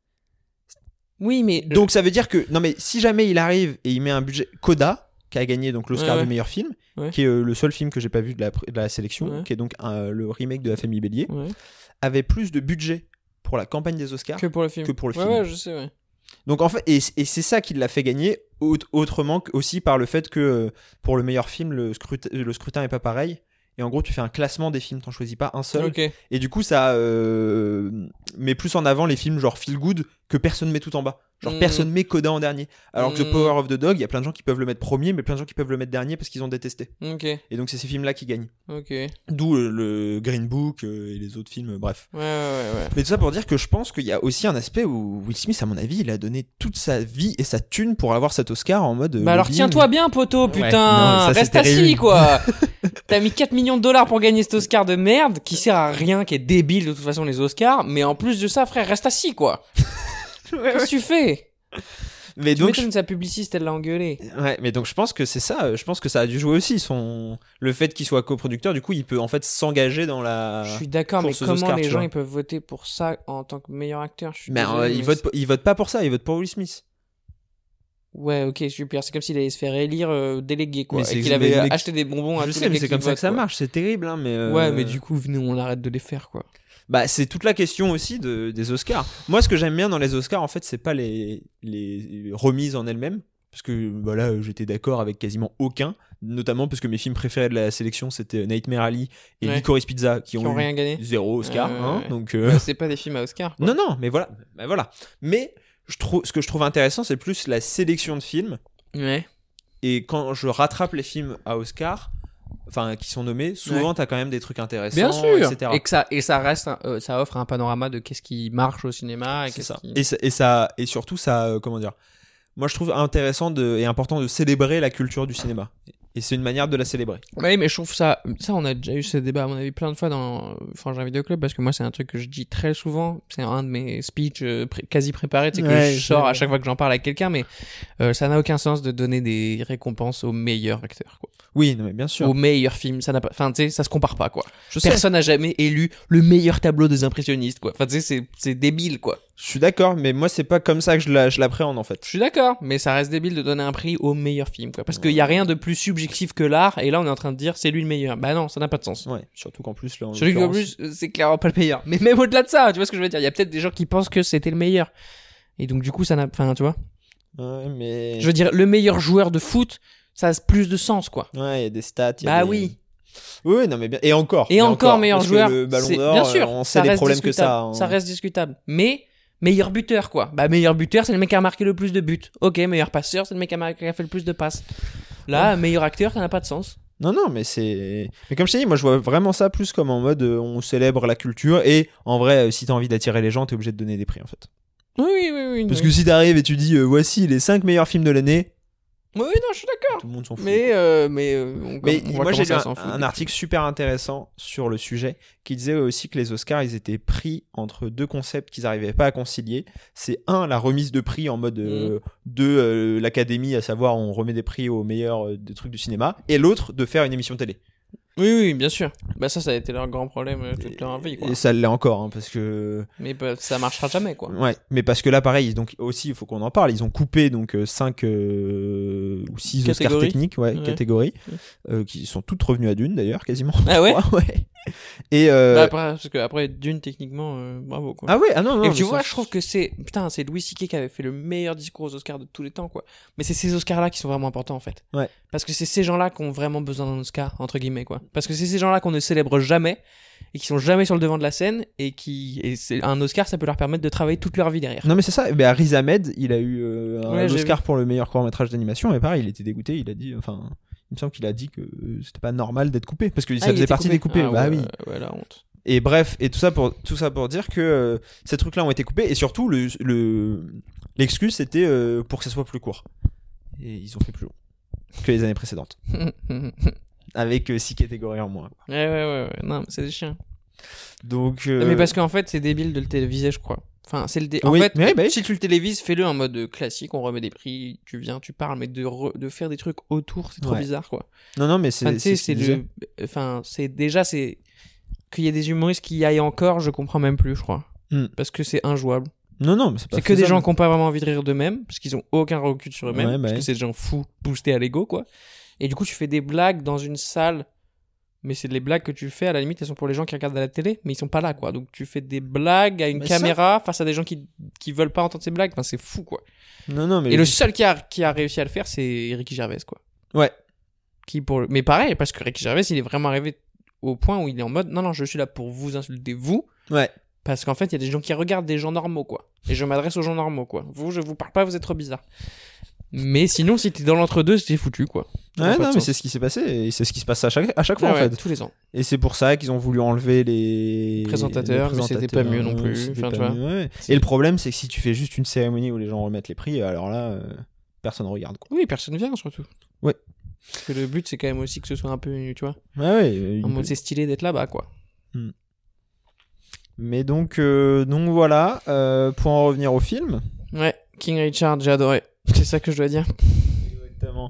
Oui, mais donc ça veut dire que non mais si jamais il arrive et il met un budget Coda qui a gagné donc l'Oscar du meilleur film, qui est le seul film que j'ai pas vu de la sélection, qui est donc le remake de La Famille Bélier. Avait plus de budget pour la campagne des Oscars que pour le film. Ouais, je sais, ouais. Donc en fait, et c'est ça qui l'a fait gagner, autrement aussi par le fait que pour le meilleur film, le scrutin est pas pareil. Et en gros, tu fais un classement des films, t'en choisis pas un seul. Okay. Et du coup, ça met plus en avant les films genre feel good que personne met tout en bas. Genre personne met Coda en dernier. Alors que The Power of the Dog, il y a plein de gens qui peuvent le mettre premier, mais plein de gens qui peuvent le mettre dernier parce qu'ils ont détesté. Okay. Et donc c'est ces films-là qui gagnent. Okay. D'où le Green Book et les autres films, bref. Ouais. Mais tout ça pour dire que je pense qu'il y a aussi un aspect où Will Smith, à mon avis, il a donné toute sa vie et sa thune pour avoir cet Oscar en mode... Bah alors tiens-toi bien, poteau, putain. Non, reste assis, quoi. T'as mis 4 millions de dollars pour gagner cet Oscar de merde qui sert à rien, qui est débile de toute façon les Oscars, mais en plus de ça, frère, reste assis, quoi. Qu'est-ce que tu fais? Mais tu donc m'étonnes, sa publiciste, elle l'a engueulé. Ouais, mais donc je pense que c'est ça. Je pense que ça a dû jouer aussi le fait qu'il soit coproducteur. Du coup, il peut en fait s'engager dans la. Je suis d'accord, mais comment Oscars, les gens ils peuvent voter pour ça en tant que meilleur acteur? Mais ils votent pas pour ça. Ils votent pour Will Smith. Ouais, ok, super. C'est comme s'il allait se faire élire délégué, quoi. Mais et qu'il avait acheté des bonbons à tous les mais gars c'est comme ça votent, que ça quoi. marche. C'est terrible, hein. Mais ouais, mais du coup, venez, on arrête de les faire, quoi. Bah, c'est toute la question aussi des Oscars. Moi, ce que j'aime bien dans les Oscars, en fait, c'est pas les remises en elles-mêmes. Parce que bah là, j'étais d'accord avec quasiment aucun. Notamment parce que mes films préférés de la sélection, c'était Nightmare Alley et Licorice Pizza, qui ont rien gagné. 0 Oscar. Donc, bah, c'est pas des films à Oscar, quoi. Non, mais voilà. Bah, voilà. Mais ce que je trouve intéressant, c'est plus la sélection de films. Ouais. Et quand je rattrape les films à Oscar, enfin qui sont nommés, souvent t'as quand même des trucs intéressants, bien sûr, etc. Et ça reste, ça offre un panorama de qu'est-ce qui marche au cinéma. Et surtout ça, comment dire, moi je trouve intéressant et important de célébrer la culture du cinéma. Et c'est une manière de la célébrer. Oui, mais je trouve ça, on a déjà eu ce débat à mon avis plein de fois dans Frangin Vidéo Club, parce que moi c'est un truc que je dis très souvent, c'est un de mes speeches quasi préparés, tu sais, que je sors à chaque fois que j'en parle à quelqu'un, mais ça n'a aucun sens de donner des récompenses aux meilleurs acteurs, quoi. Oui, non, mais bien sûr. Au meilleur film, ça n'a pas, enfin, tu sais, ça se compare pas, quoi. Personne n'a jamais élu le meilleur tableau des impressionnistes, quoi. Enfin, tu sais, c'est débile, quoi. Je suis d'accord, mais moi c'est pas comme ça que je l'appréhende en fait. Je suis d'accord, mais ça reste débile de donner un prix au meilleur film, quoi. Parce qu'il y a rien de plus subjectif que l'art, et là on est en train de dire c'est lui le meilleur. Bah non, ça n'a pas de sens. Ouais, surtout qu'en plus là. Surtout qu'en plus, c'est clairement pas le meilleur. Mais même au-delà de ça, tu vois ce que je veux dire, il y a peut-être des gens qui pensent que c'était le meilleur. Et donc du coup, ça n'a, enfin, tu vois. Ouais, mais. Je veux dire, le meilleur joueur de foot, ça a plus de sens, quoi. Ouais, il y a des stats. Oui. Oui, non, mais bien. Et encore meilleur joueur. Le Ballon d'Or, bien sûr, on sait les problèmes que ça a. Hein. Ça reste discutable. Mais meilleur buteur, quoi. Bah, meilleur buteur, c'est le mec qui a marqué le plus de buts. Ok, meilleur passeur, c'est le mec qui a fait le plus de passes. Là, meilleur acteur, ça n'a pas de sens. Non, mais mais comme je t'ai dit, moi je vois vraiment ça plus comme en mode on célèbre la culture, et en vrai, si t'as envie d'attirer les gens, t'es obligé de donner des prix en fait. Oui. Parce que si t'arrives et tu dis voici les 5 meilleurs films de l'année. Oui, non, je suis d'accord. Tout le monde s'en fout. Mais moi j'ai lu un article super intéressant sur le sujet qui disait aussi que les Oscars ils étaient pris entre deux concepts qu'ils n'arrivaient pas à concilier. C'est la remise de prix en mode de l'académie, à savoir on remet des prix aux meilleurs des trucs du cinéma, et l'autre de faire une émission télé. Oui, bien sûr. Bah ça a été leur grand problème toute leur vie, quoi. Et ça l'est encore, hein, parce que. Mais ça marchera jamais, quoi. Ouais, mais parce que là, pareil, donc aussi, il faut qu'on en parle. Ils ont coupé donc 5 ou 6 Oscars techniques, catégories, qui sont toutes revenues à Dune d'ailleurs, quasiment. Ah ouais. Ouais. Et parce que après Dune techniquement bravo quoi. Ah ouais, non et tu vois, je trouve que c'est Louis C.K. qui avait fait le meilleur discours aux Oscars de tous les temps quoi. Mais c'est ces Oscars là qui sont vraiment importants en fait. Ouais. Parce que c'est ces gens là qui ont vraiment besoin d'un Oscar entre guillemets quoi. Parce que c'est ces gens là qu'on ne célèbre jamais et qui sont jamais sur le devant de la scène et c'est un Oscar, ça peut leur permettre de travailler toute leur vie derrière. Non mais c'est ça. Riz Ahmed, il a eu un Oscar pour le meilleur court-métrage d'animation et pareil, il était dégoûté, il a dit il me semble qu'il a dit que c'était pas normal d'être coupé parce que ça faisait partie des coupés. Oui. Ouais, la honte. Et bref, et tout ça pour dire que ces trucs-là ont été coupés et surtout l'excuse c'était pour que ça soit plus court. Et ils ont fait plus long que les années précédentes. Avec 6 catégories en moins. Ouais. Non, mais c'est des chiens. Donc mais parce qu'en fait, c'est débile de le téléviser, je crois. Enfin, c'est en fait, si tu le télévises, fais-le en mode classique, on remet des prix, tu viens, tu parles, mais de faire des trucs autour, c'est trop bizarre, quoi. Non, mais c'est qu'il y ait des humoristes qui y aillent encore, je comprends même plus, je crois. Parce que c'est injouable. Non, mais c'est pas que faisable. des gens qui n'ont pas vraiment envie de rire d'eux-mêmes, parce qu'ils ont aucun recul sur eux-mêmes, parce que c'est des gens fous, boostés à l'ego, quoi. Et du coup, tu fais des blagues dans une salle, mais c'est les blagues que tu fais, à la limite, elles sont pour les gens qui regardent à la télé, mais ils sont pas là, quoi. Donc tu fais des blagues à une caméra face à des gens qui veulent pas entendre ces blagues. Enfin, c'est fou, quoi. Non, mais... Et le seul qui a réussi à le faire, c'est Ricky Gervais, quoi. Ouais. Mais pareil, parce que Ricky Gervais, il est vraiment arrivé au point où il est en mode, non, je suis là pour vous insulter, vous. Ouais. Parce qu'en fait, il y a des gens qui regardent des gens normaux, quoi. Et je m'adresse aux gens normaux, quoi. Vous, je vous parle pas, vous êtes trop bizarre. Mais sinon, si t'es dans l'entre-deux, c'était foutu, quoi. Ouais, non, mais c'est ce qui s'est passé, et c'est ce qui se passe à chaque fois, en fait. Tous les ans. Et c'est pour ça qu'ils ont voulu enlever les présentateurs, mais c'était pas mieux non plus. Enfin, tu vois. Ouais. Et le problème, c'est que si tu fais juste une cérémonie où les gens remettent les prix, alors là, personne regarde, quoi. Oui, personne vient, surtout. Ouais. Parce que le but, c'est quand même aussi que ce soit un peu, tu vois. Ouais. En mode, c'est stylé d'être là-bas, quoi. Mais donc voilà, pour en revenir au film. Ouais, King Richard, j'ai adoré. C'est ça que je dois dire. Exactement.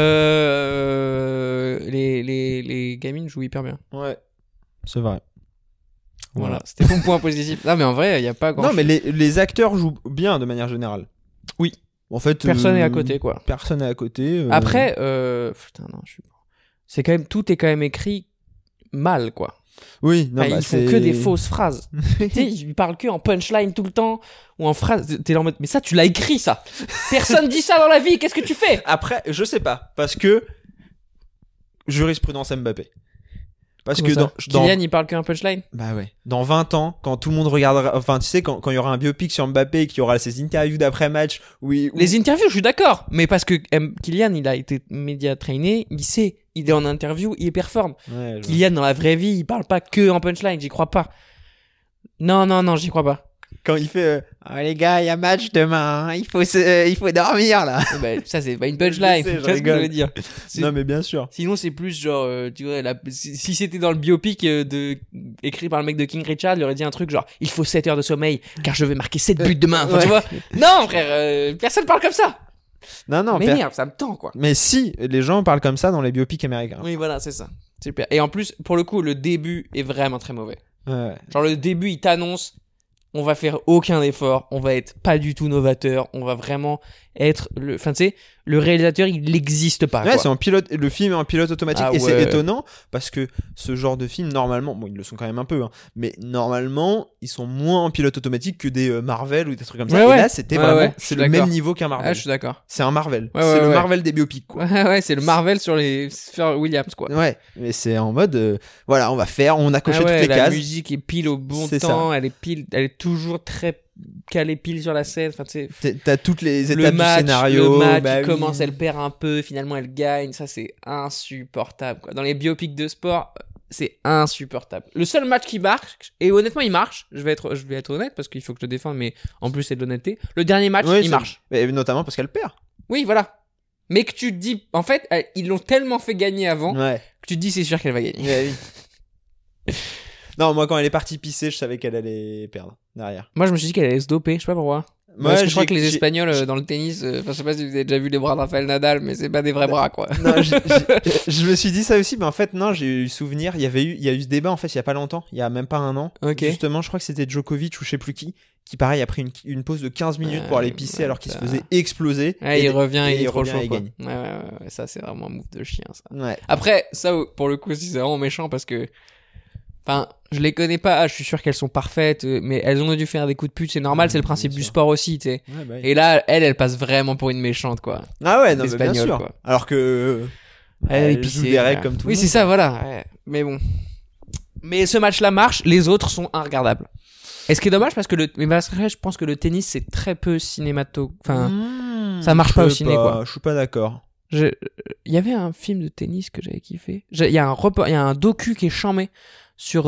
Les gamines jouent hyper bien. Ouais. C'est vrai. Voilà. C'était mon point positif. Non, mais en vrai, il n'y a pas grand chose. Non, mais les acteurs jouent bien de manière générale. Oui. En fait. Personne n'est à côté, quoi. Personne n'est à côté. Après, putain, non, c'est quand même, tout est quand même écrit mal, quoi. Oui, non, ils font que des fausses phrases. Tu sais, ils parlent que en punchline tout le temps ou en phrase. T'es là en mode, mais ça, tu l'as écrit, ça. Personne dit ça dans la vie. Qu'est-ce que tu fais? Après, je sais pas, parce que jurisprudence Mbappé. Parce comment que Kylian, il parle qu'un punchline. Bah ouais. Dans 20 ans, quand tout le monde regardera, enfin, tu sais, quand il y aura un biopic sur Mbappé et qu'il y aura ces interviews d'après-match, les interviews, je suis d'accord. Mais parce que Kylian, il a été média trainé, il sait, il est en interview, il performe. Ouais, Kylian, dans la vraie vie, il parle pas que en punchline, j'y crois pas. Non, j'y crois pas. Quand il fait les gars, il y a match demain, hein, il faut dormir là. Bah, ça c'est pas une punchline, c'est ce que je veux dire. Non mais bien sûr. Sinon c'est plus genre tu vois si c'était dans le biopic écrit par le mec de King Richard, il aurait dit un truc genre il faut 7 heures de sommeil car je vais marquer 7 buts demain, enfin, tu vois. Non frère, personne parle comme ça. Non mais merde, ça me tend quoi. Mais si les gens parlent comme ça dans les biopics américains. Oui, voilà, c'est ça. Super. Et en plus pour le coup, le début est vraiment très mauvais. Ouais. Genre le début, il t'annonce on va faire aucun effort, on va être pas du tout novateur, on va vraiment être enfin tu sais, le réalisateur il n'existe pas. Ouais, quoi. c'est en pilote, le film est en pilote automatique et c'est étonnant parce que ce genre de film normalement, bon ils le sont quand même un peu, hein, mais normalement ils sont moins en pilote automatique que des Marvel ou des trucs comme ça. Et là c'était vraiment c'est le même niveau qu'un Marvel. Ah, je suis d'accord. C'est un Marvel. C'est le Marvel des biopics quoi. Ouais, c'est le Marvel sur les Williams quoi. Ouais, mais c'est en mode voilà on va faire, on a coché toutes les la cases. La musique est pile au bon temps, elle est toujours très calée pile sur la scène, enfin tu sais t'as toutes les étapes du scénario, le match il commence, elle perd un peu, finalement elle gagne, ça c'est insupportable quoi. Dans les biopics de sport c'est insupportable. Le seul match qui marche, et honnêtement il marche, je vais être honnête parce qu'il faut que je le défende, mais en plus c'est de l'honnêteté, le dernier match il marche, et notamment parce qu'elle perd. Oui voilà, mais que tu te dis en fait ils l'ont tellement fait gagner avant que tu te dis c'est sûr qu'elle va gagner. Ouais, oui. Non, moi quand elle est partie pisser, je savais qu'elle allait perdre derrière. Moi je me suis dit qu'elle allait se doper, je sais pas pourquoi. Moi, parce que je crois que les Espagnols dans le tennis, je sais pas si vous avez déjà vu les bras de Rafael Nadal, mais c'est pas des vrais bras quoi. Non, je me suis dit ça aussi, mais en fait non, j'ai eu souvenir, il y a eu ce débat en fait il y a pas longtemps, il y a même pas un an. Okay. Justement, je crois que c'était Djokovic ou je sais plus qui pareil a pris une pause de 15 minutes pour aller pisser alors qu'il se faisait exploser. Ouais, il revient et il est trop chaud, et gagne. Ouais, ça c'est vraiment un move de chien ça. Ouais. Après ça pour le coup c'est vraiment méchant parce que Enfin, je les connais pas, je suis sûr qu'elles sont parfaites, mais elles ont dû faire des coups de pute, c'est normal, c'est le principe du sport aussi, tu sais. Ouais, bah oui. Et là, elle passe vraiment pour une méchante, quoi. Ah ouais, non, mais bien Espagnole, sûr. quoi. Alors que Elle joue des règles comme tout le Oui, monde. c'est ça, voilà. Ouais. Mais bon. Mais ce match-là marche, les autres sont inregardables. Et ce qui est dommage, parce que je pense que le tennis, c'est très peu enfin, ça marche pas au ciné, quoi. Je suis pas d'accord. Il y avait un film de tennis que j'avais kiffé. Il y a un docu qui est charmé sur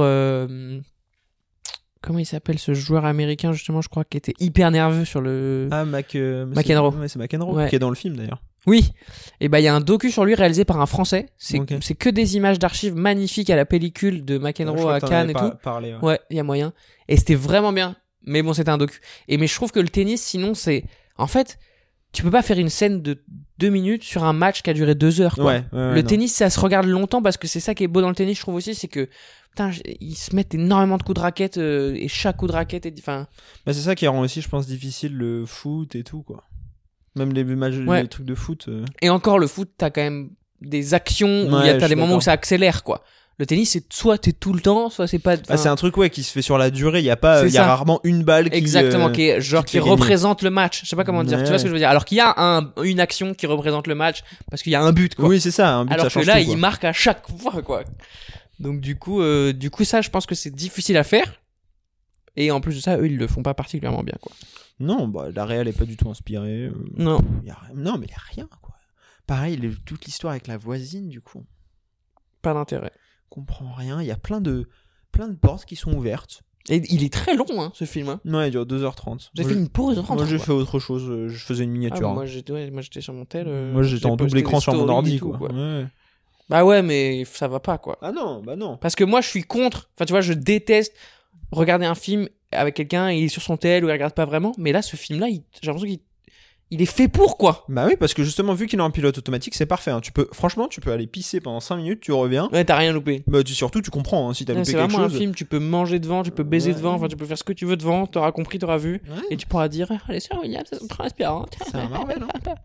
comment il s'appelle ce joueur américain, justement, je crois, qui était hyper nerveux sur le McEnroe. Ouais, c'est McEnroe Ouais. qui est dans le film d'ailleurs. Oui. Et il y a un docu sur lui réalisé par un Français. C'est Ok. c'est que des images d'archives magnifiques à la pellicule de Je McEnroe crois à que t'en Cannes avais et tout. parlé, ouais. Ouais, il y a moyen. Et c'était vraiment bien. Mais bon, c'était un docu. Mais je trouve que le tennis, sinon, c'est... En fait, tu peux pas faire une scène de 2 minutes sur un match qui a duré 2 heures, quoi. Ouais, Le tennis, ça se regarde longtemps parce que c'est ça qui est beau dans le tennis, je trouve aussi, c'est que, putain, ils se mettent énormément de coups de raquette, et chaque coup de raquette est... Enfin, Bah, c'est ça qui rend aussi, je pense, difficile le foot et tout, quoi. Même les matchs, Ouais. les trucs de foot. et encore, le foot, t'as quand même des actions où Ouais, je t'as suis des moments d'accord. où ça accélère, quoi. Le tennis, c'est soit t'es tout le temps, soit c'est pas... Ah, c'est un truc, ouais, qui se fait sur la durée. Il y a pas, C'est il y a ça. rarement une balle qui. Exactement, qui est genre qui te qui fait gagner. représente le match. Je sais pas comment dire. Tu vois ce que je veux dire? Alors qu'il y a une action qui représente le match parce qu'il y a un but, quoi. Oui, c'est ça. Un but, Alors ça que change là, tout, quoi. il marque à chaque fois, quoi. Donc du coup, ça, je pense que c'est difficile à faire. Et en plus de ça, eux, ils le font pas particulièrement bien, quoi. Non, bah, la Real est pas du tout inspirée. Non. Non, mais il y a rien, quoi. Pareil, toute l'histoire avec la voisine, du coup, Pas d'intérêt. on comprend rien. Il y a plein de portes qui sont ouvertes. Et il est très long, hein, ce film. Hein. Ouais, il dure 2h30. J'ai fait une pause. Moi, j'ai fait autre chose. Je faisais une miniature. moi, j'étais sur mon tel. Moi, j'étais en double écran sur mon ordi, tout, quoi. Ouais. Bah ouais, mais ça va pas, quoi. Ah non, bah non. Parce que moi, je suis contre. Enfin, tu vois, je déteste regarder un film avec quelqu'un et il est sur son tel ou il regarde pas vraiment. Mais là, ce film-là, j'ai l'impression qu'il est fait pour, quoi. Bah oui, parce que justement, vu qu'il est en pilote automatique, c'est parfait. Hein. Franchement, tu peux aller pisser pendant 5 minutes, tu reviens. Ouais, t'as rien loupé. Bah, surtout, tu comprends hein, si t'as Ouais, loupé c'est quelque vraiment chose. un film, tu peux manger devant, tu peux baiser Ouais. devant, enfin, tu peux faire ce que tu veux devant, t'auras compris, t'auras vu. Ouais. Et tu pourras dire, les sœurs Williams, elles sont trop inspirantes. C'est un Marvel, hein.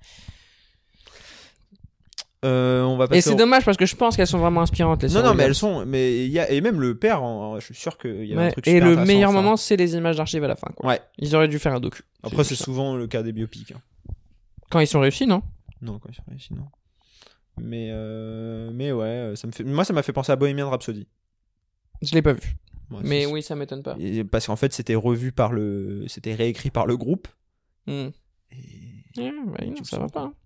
On va passer Et c'est dommage parce que je pense qu'elles sont vraiment inspirantes, les Non, sœurs non, mais Williams. elles sont. Mais il y a et même le père. Je suis sûr qu'il y a un Ouais. truc. Et super le intéressant meilleur à ça. moment, c'est les images d'archives à la fin, quoi. Ouais. Ils auraient dû faire un docu. Après, c'est ça. souvent le cas des biopics. Hein. Quand ils sont réussis, non? Non, quand ils sont réussis, non. Mais ouais, moi, ça m'a fait penser à Bohemian Rhapsody. Je l'ai pas vu. Ouais, Mais c'est- oui, ça m'étonne pas. Parce qu'en fait, c'était réécrit par le groupe. Hmm. Et... Ouais, bah, non, tu ça le va sens pas. Hein.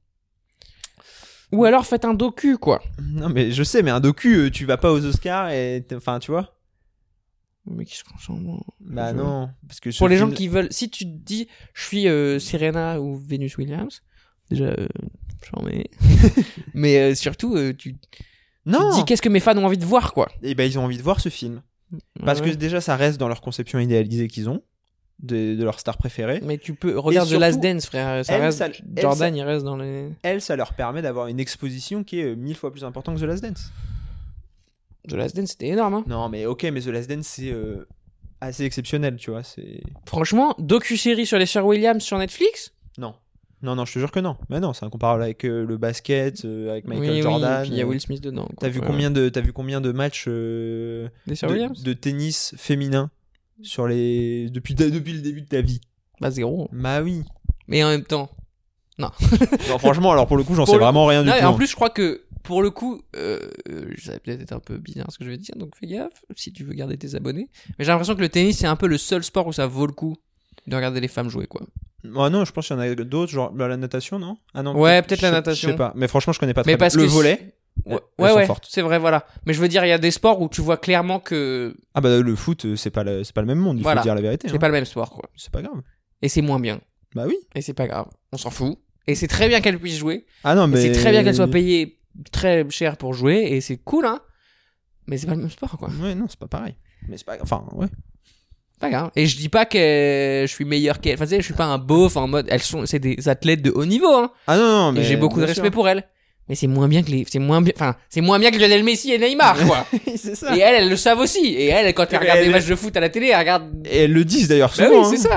Ou alors faites un docu, quoi. Non, mais je sais, mais un docu, tu vas pas aux Oscars et enfin, tu vois. Mais qui se concentre. Bah non, parce que Pour les gens qui veulent, si tu te dis, je suis Serena ou Venus Williams, déjà, j'en mets. Mais surtout, tu non, te dis qu'est-ce que mes fans ont envie de voir, quoi. et ben ils ont envie de voir ce film parce que déjà ça reste dans leur conception idéalisée qu'ils ont de leur star préférée. Mais tu peux regarde The surtout, Last Dance, frère. Ça elle, reste, ça- Jordan, il reste dans les. Elle, ça leur permet d'avoir une exposition qui est 1000 fois plus importante que The Last Dance. The Last Dance, c'était énorme, hein. Non, mais ok, mais The Last Dance c'est assez exceptionnel, tu vois. C'est Franchement, docu-série sur les sœurs Williams sur Netflix. non, je te jure que non. Mais non, c'est incomparable avec le basket, avec Michael Oui, Jordan. oui, puis il y a Will Smith dedans. quoi. T'as vu Ouais. combien de matchs Des sœurs Williams de tennis féminin sur depuis le début de ta vie? Bah, 0. Bah oui. Mais en même temps. Non, franchement, alors pour le coup, j'en Pour sais le vraiment rien du Non, tout. et en hein. plus, je crois que pour le coup, ça va peut-être être un peu bizarre ce que je vais dire, donc fais gaffe si tu veux garder tes abonnés. Mais j'ai l'impression que le tennis, c'est un peu le seul sport où ça vaut le coup de regarder les femmes jouer, quoi. Ouais, non, je pense qu'il y en a d'autres, genre la natation, non? Ah non. Ouais, peut-être la je sais- natation. Je sais pas, mais franchement, je connais pas très Mais parce bien. Le que volley. Ouais, elles sont ouais, fortes. c'est vrai, voilà. Mais je veux dire, il y a des sports où tu vois clairement que Ah bah le foot, c'est pas le même monde, il Voilà. faut dire la vérité. c'est hein. pas le même sport, quoi. C'est pas grave. Et c'est moins bien. Bah oui. Et c'est pas grave. On s'en fout. Et c'est très bien qu'elle puisse jouer. Ah non, Et mais c'est très bien qu'elle soit payée très cher pour jouer. Et c'est cool, hein. Mais c'est pas le même sport, quoi. Ouais, non, c'est pas pareil. Mais c'est pas, enfin, ouais. Pas grave. Et je dis pas que je suis meilleur qu'elle. Enfin, tu sais, je suis pas un beauf en mode. C'est des athlètes de haut niveau, hein. Ah non, mais Et j'ai beaucoup de bien respect sûr. pour elles. Mais c'est moins bien que c'est moins bien que Lionel Messi et Neymar, quoi. c'est ça. Et elles le savent aussi. Et elles, quand elles regardent elles- des matchs de foot à la télé, elles regardent. Et elles le disent d'ailleurs Bah souvent. oui, c'est hein. ça.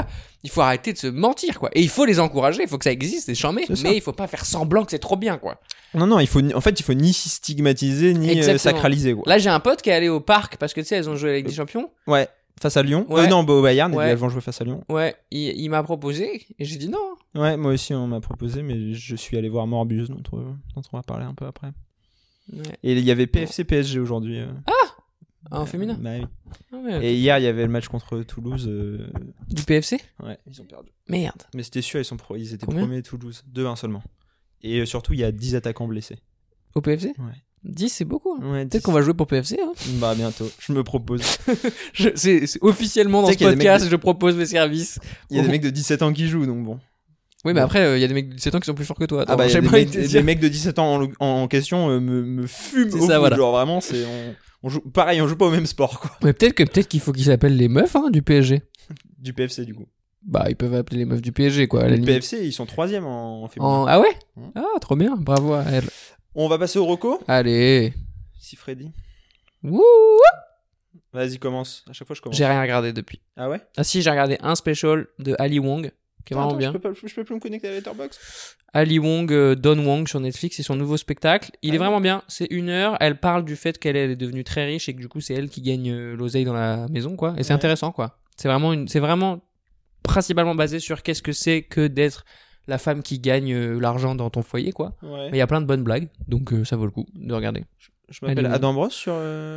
Il faut arrêter de se mentir, quoi. Et il faut les encourager, il faut que ça existe, c'est chambé, mais il faut pas faire semblant que c'est trop bien, quoi. Non, il faut ni stigmatiser, ni sacraliser, quoi. Là, j'ai un pote qui est allé au parc parce que tu sais, elles ont joué avec des champions. Ouais, face à Lyon. Ouais. Non, au Bayern, Ouais. elles vont jouer face à Lyon. Ouais, il m'a proposé et j'ai dit non. Ouais, moi aussi, on m'a proposé, mais je suis allé voir Morbius, dont on va parler un peu après. Ouais. Et il y avait PFC PSG aujourd'hui. En féminin. Bah oui. Ah ouais, ok. Et hier, il y avait le match contre Toulouse. Du PFC. Ouais, ils ont perdu. Merde. Mais c'était sûr, ils étaient Combien premiers Toulouse. 2-1 seulement. Et surtout, il y a 10 attaquants blessés. Au PFC. Ouais. 10, c'est beaucoup. Hein. Ouais, Peut-être qu'on va jouer pour PFC. Hein. Bah, bientôt. Je me propose. C'est officiellement dans Tu ce sais qu'il y a des podcast, mecs je propose mes services. Il y a des mecs de 17 ans qui jouent, donc bon. Oui, mais après, il y a des mecs de 17 ans qui sont plus forts que toi. Attends, Ah bah, j'ai des pas envie de te dire. mecs de 17 ans en question me fument C'est au ça, foot. voilà. Genre vraiment, on joue pareil, on joue pas au même sport, quoi. Mais peut-être qu'il faut qu'ils s'appellent les meufs du PSG. Du PFC, du coup. Bah, ils peuvent appeler les meufs du PSG, quoi. À la Le limite. PFC, ils sont 3ème en féminin. Ah ouais. Mmh. Ah, trop bien. Bravo à elle. On va passer au reco. Allez. Si Freddy. Wouh. Vas-y, commence. À chaque fois, je commence. J'ai rien regardé depuis. Ah ouais? Ah si, j'ai regardé un special de Ali Wong, qui est vraiment Attends, bien. Je peux plus me connecter à Letterboxd. Ali Wong, Don Wong sur Netflix, c'est son nouveau spectacle. Il est vraiment bien. C'est 1 heure. Elle parle du fait qu'elle est devenue très riche et que du coup c'est elle qui gagne l'oseille dans la maison, quoi. Et c'est intéressant, quoi. C'est vraiment principalement basé sur qu'est-ce que c'est que d'être la femme qui gagne l'argent dans ton foyer, quoi. Ouais. Mais il y a plein de bonnes blagues, donc ça vaut le coup de regarder. Je m'appelle Allez, Adam Bros sur.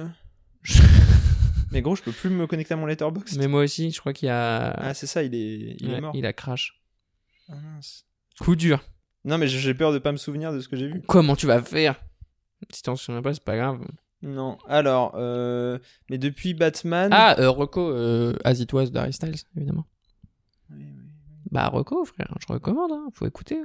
Mais gros, je peux plus me connecter à mon Letterboxd. Mais moi aussi, je crois qu'il y a. Ah, c'est ça, il est mort. Il a crash. Ah, mince. Coup dur. Non, mais j'ai peur de pas me souvenir de ce que j'ai vu. Comment tu vas faire? Si t'en souviens pas, c'est pas grave. Non. Alors, mais depuis Batman. Ah, Reco, As It Was d'Harry Styles, évidemment. Oui. Bah, Reco, frère, je recommande, hein. Faut écouter.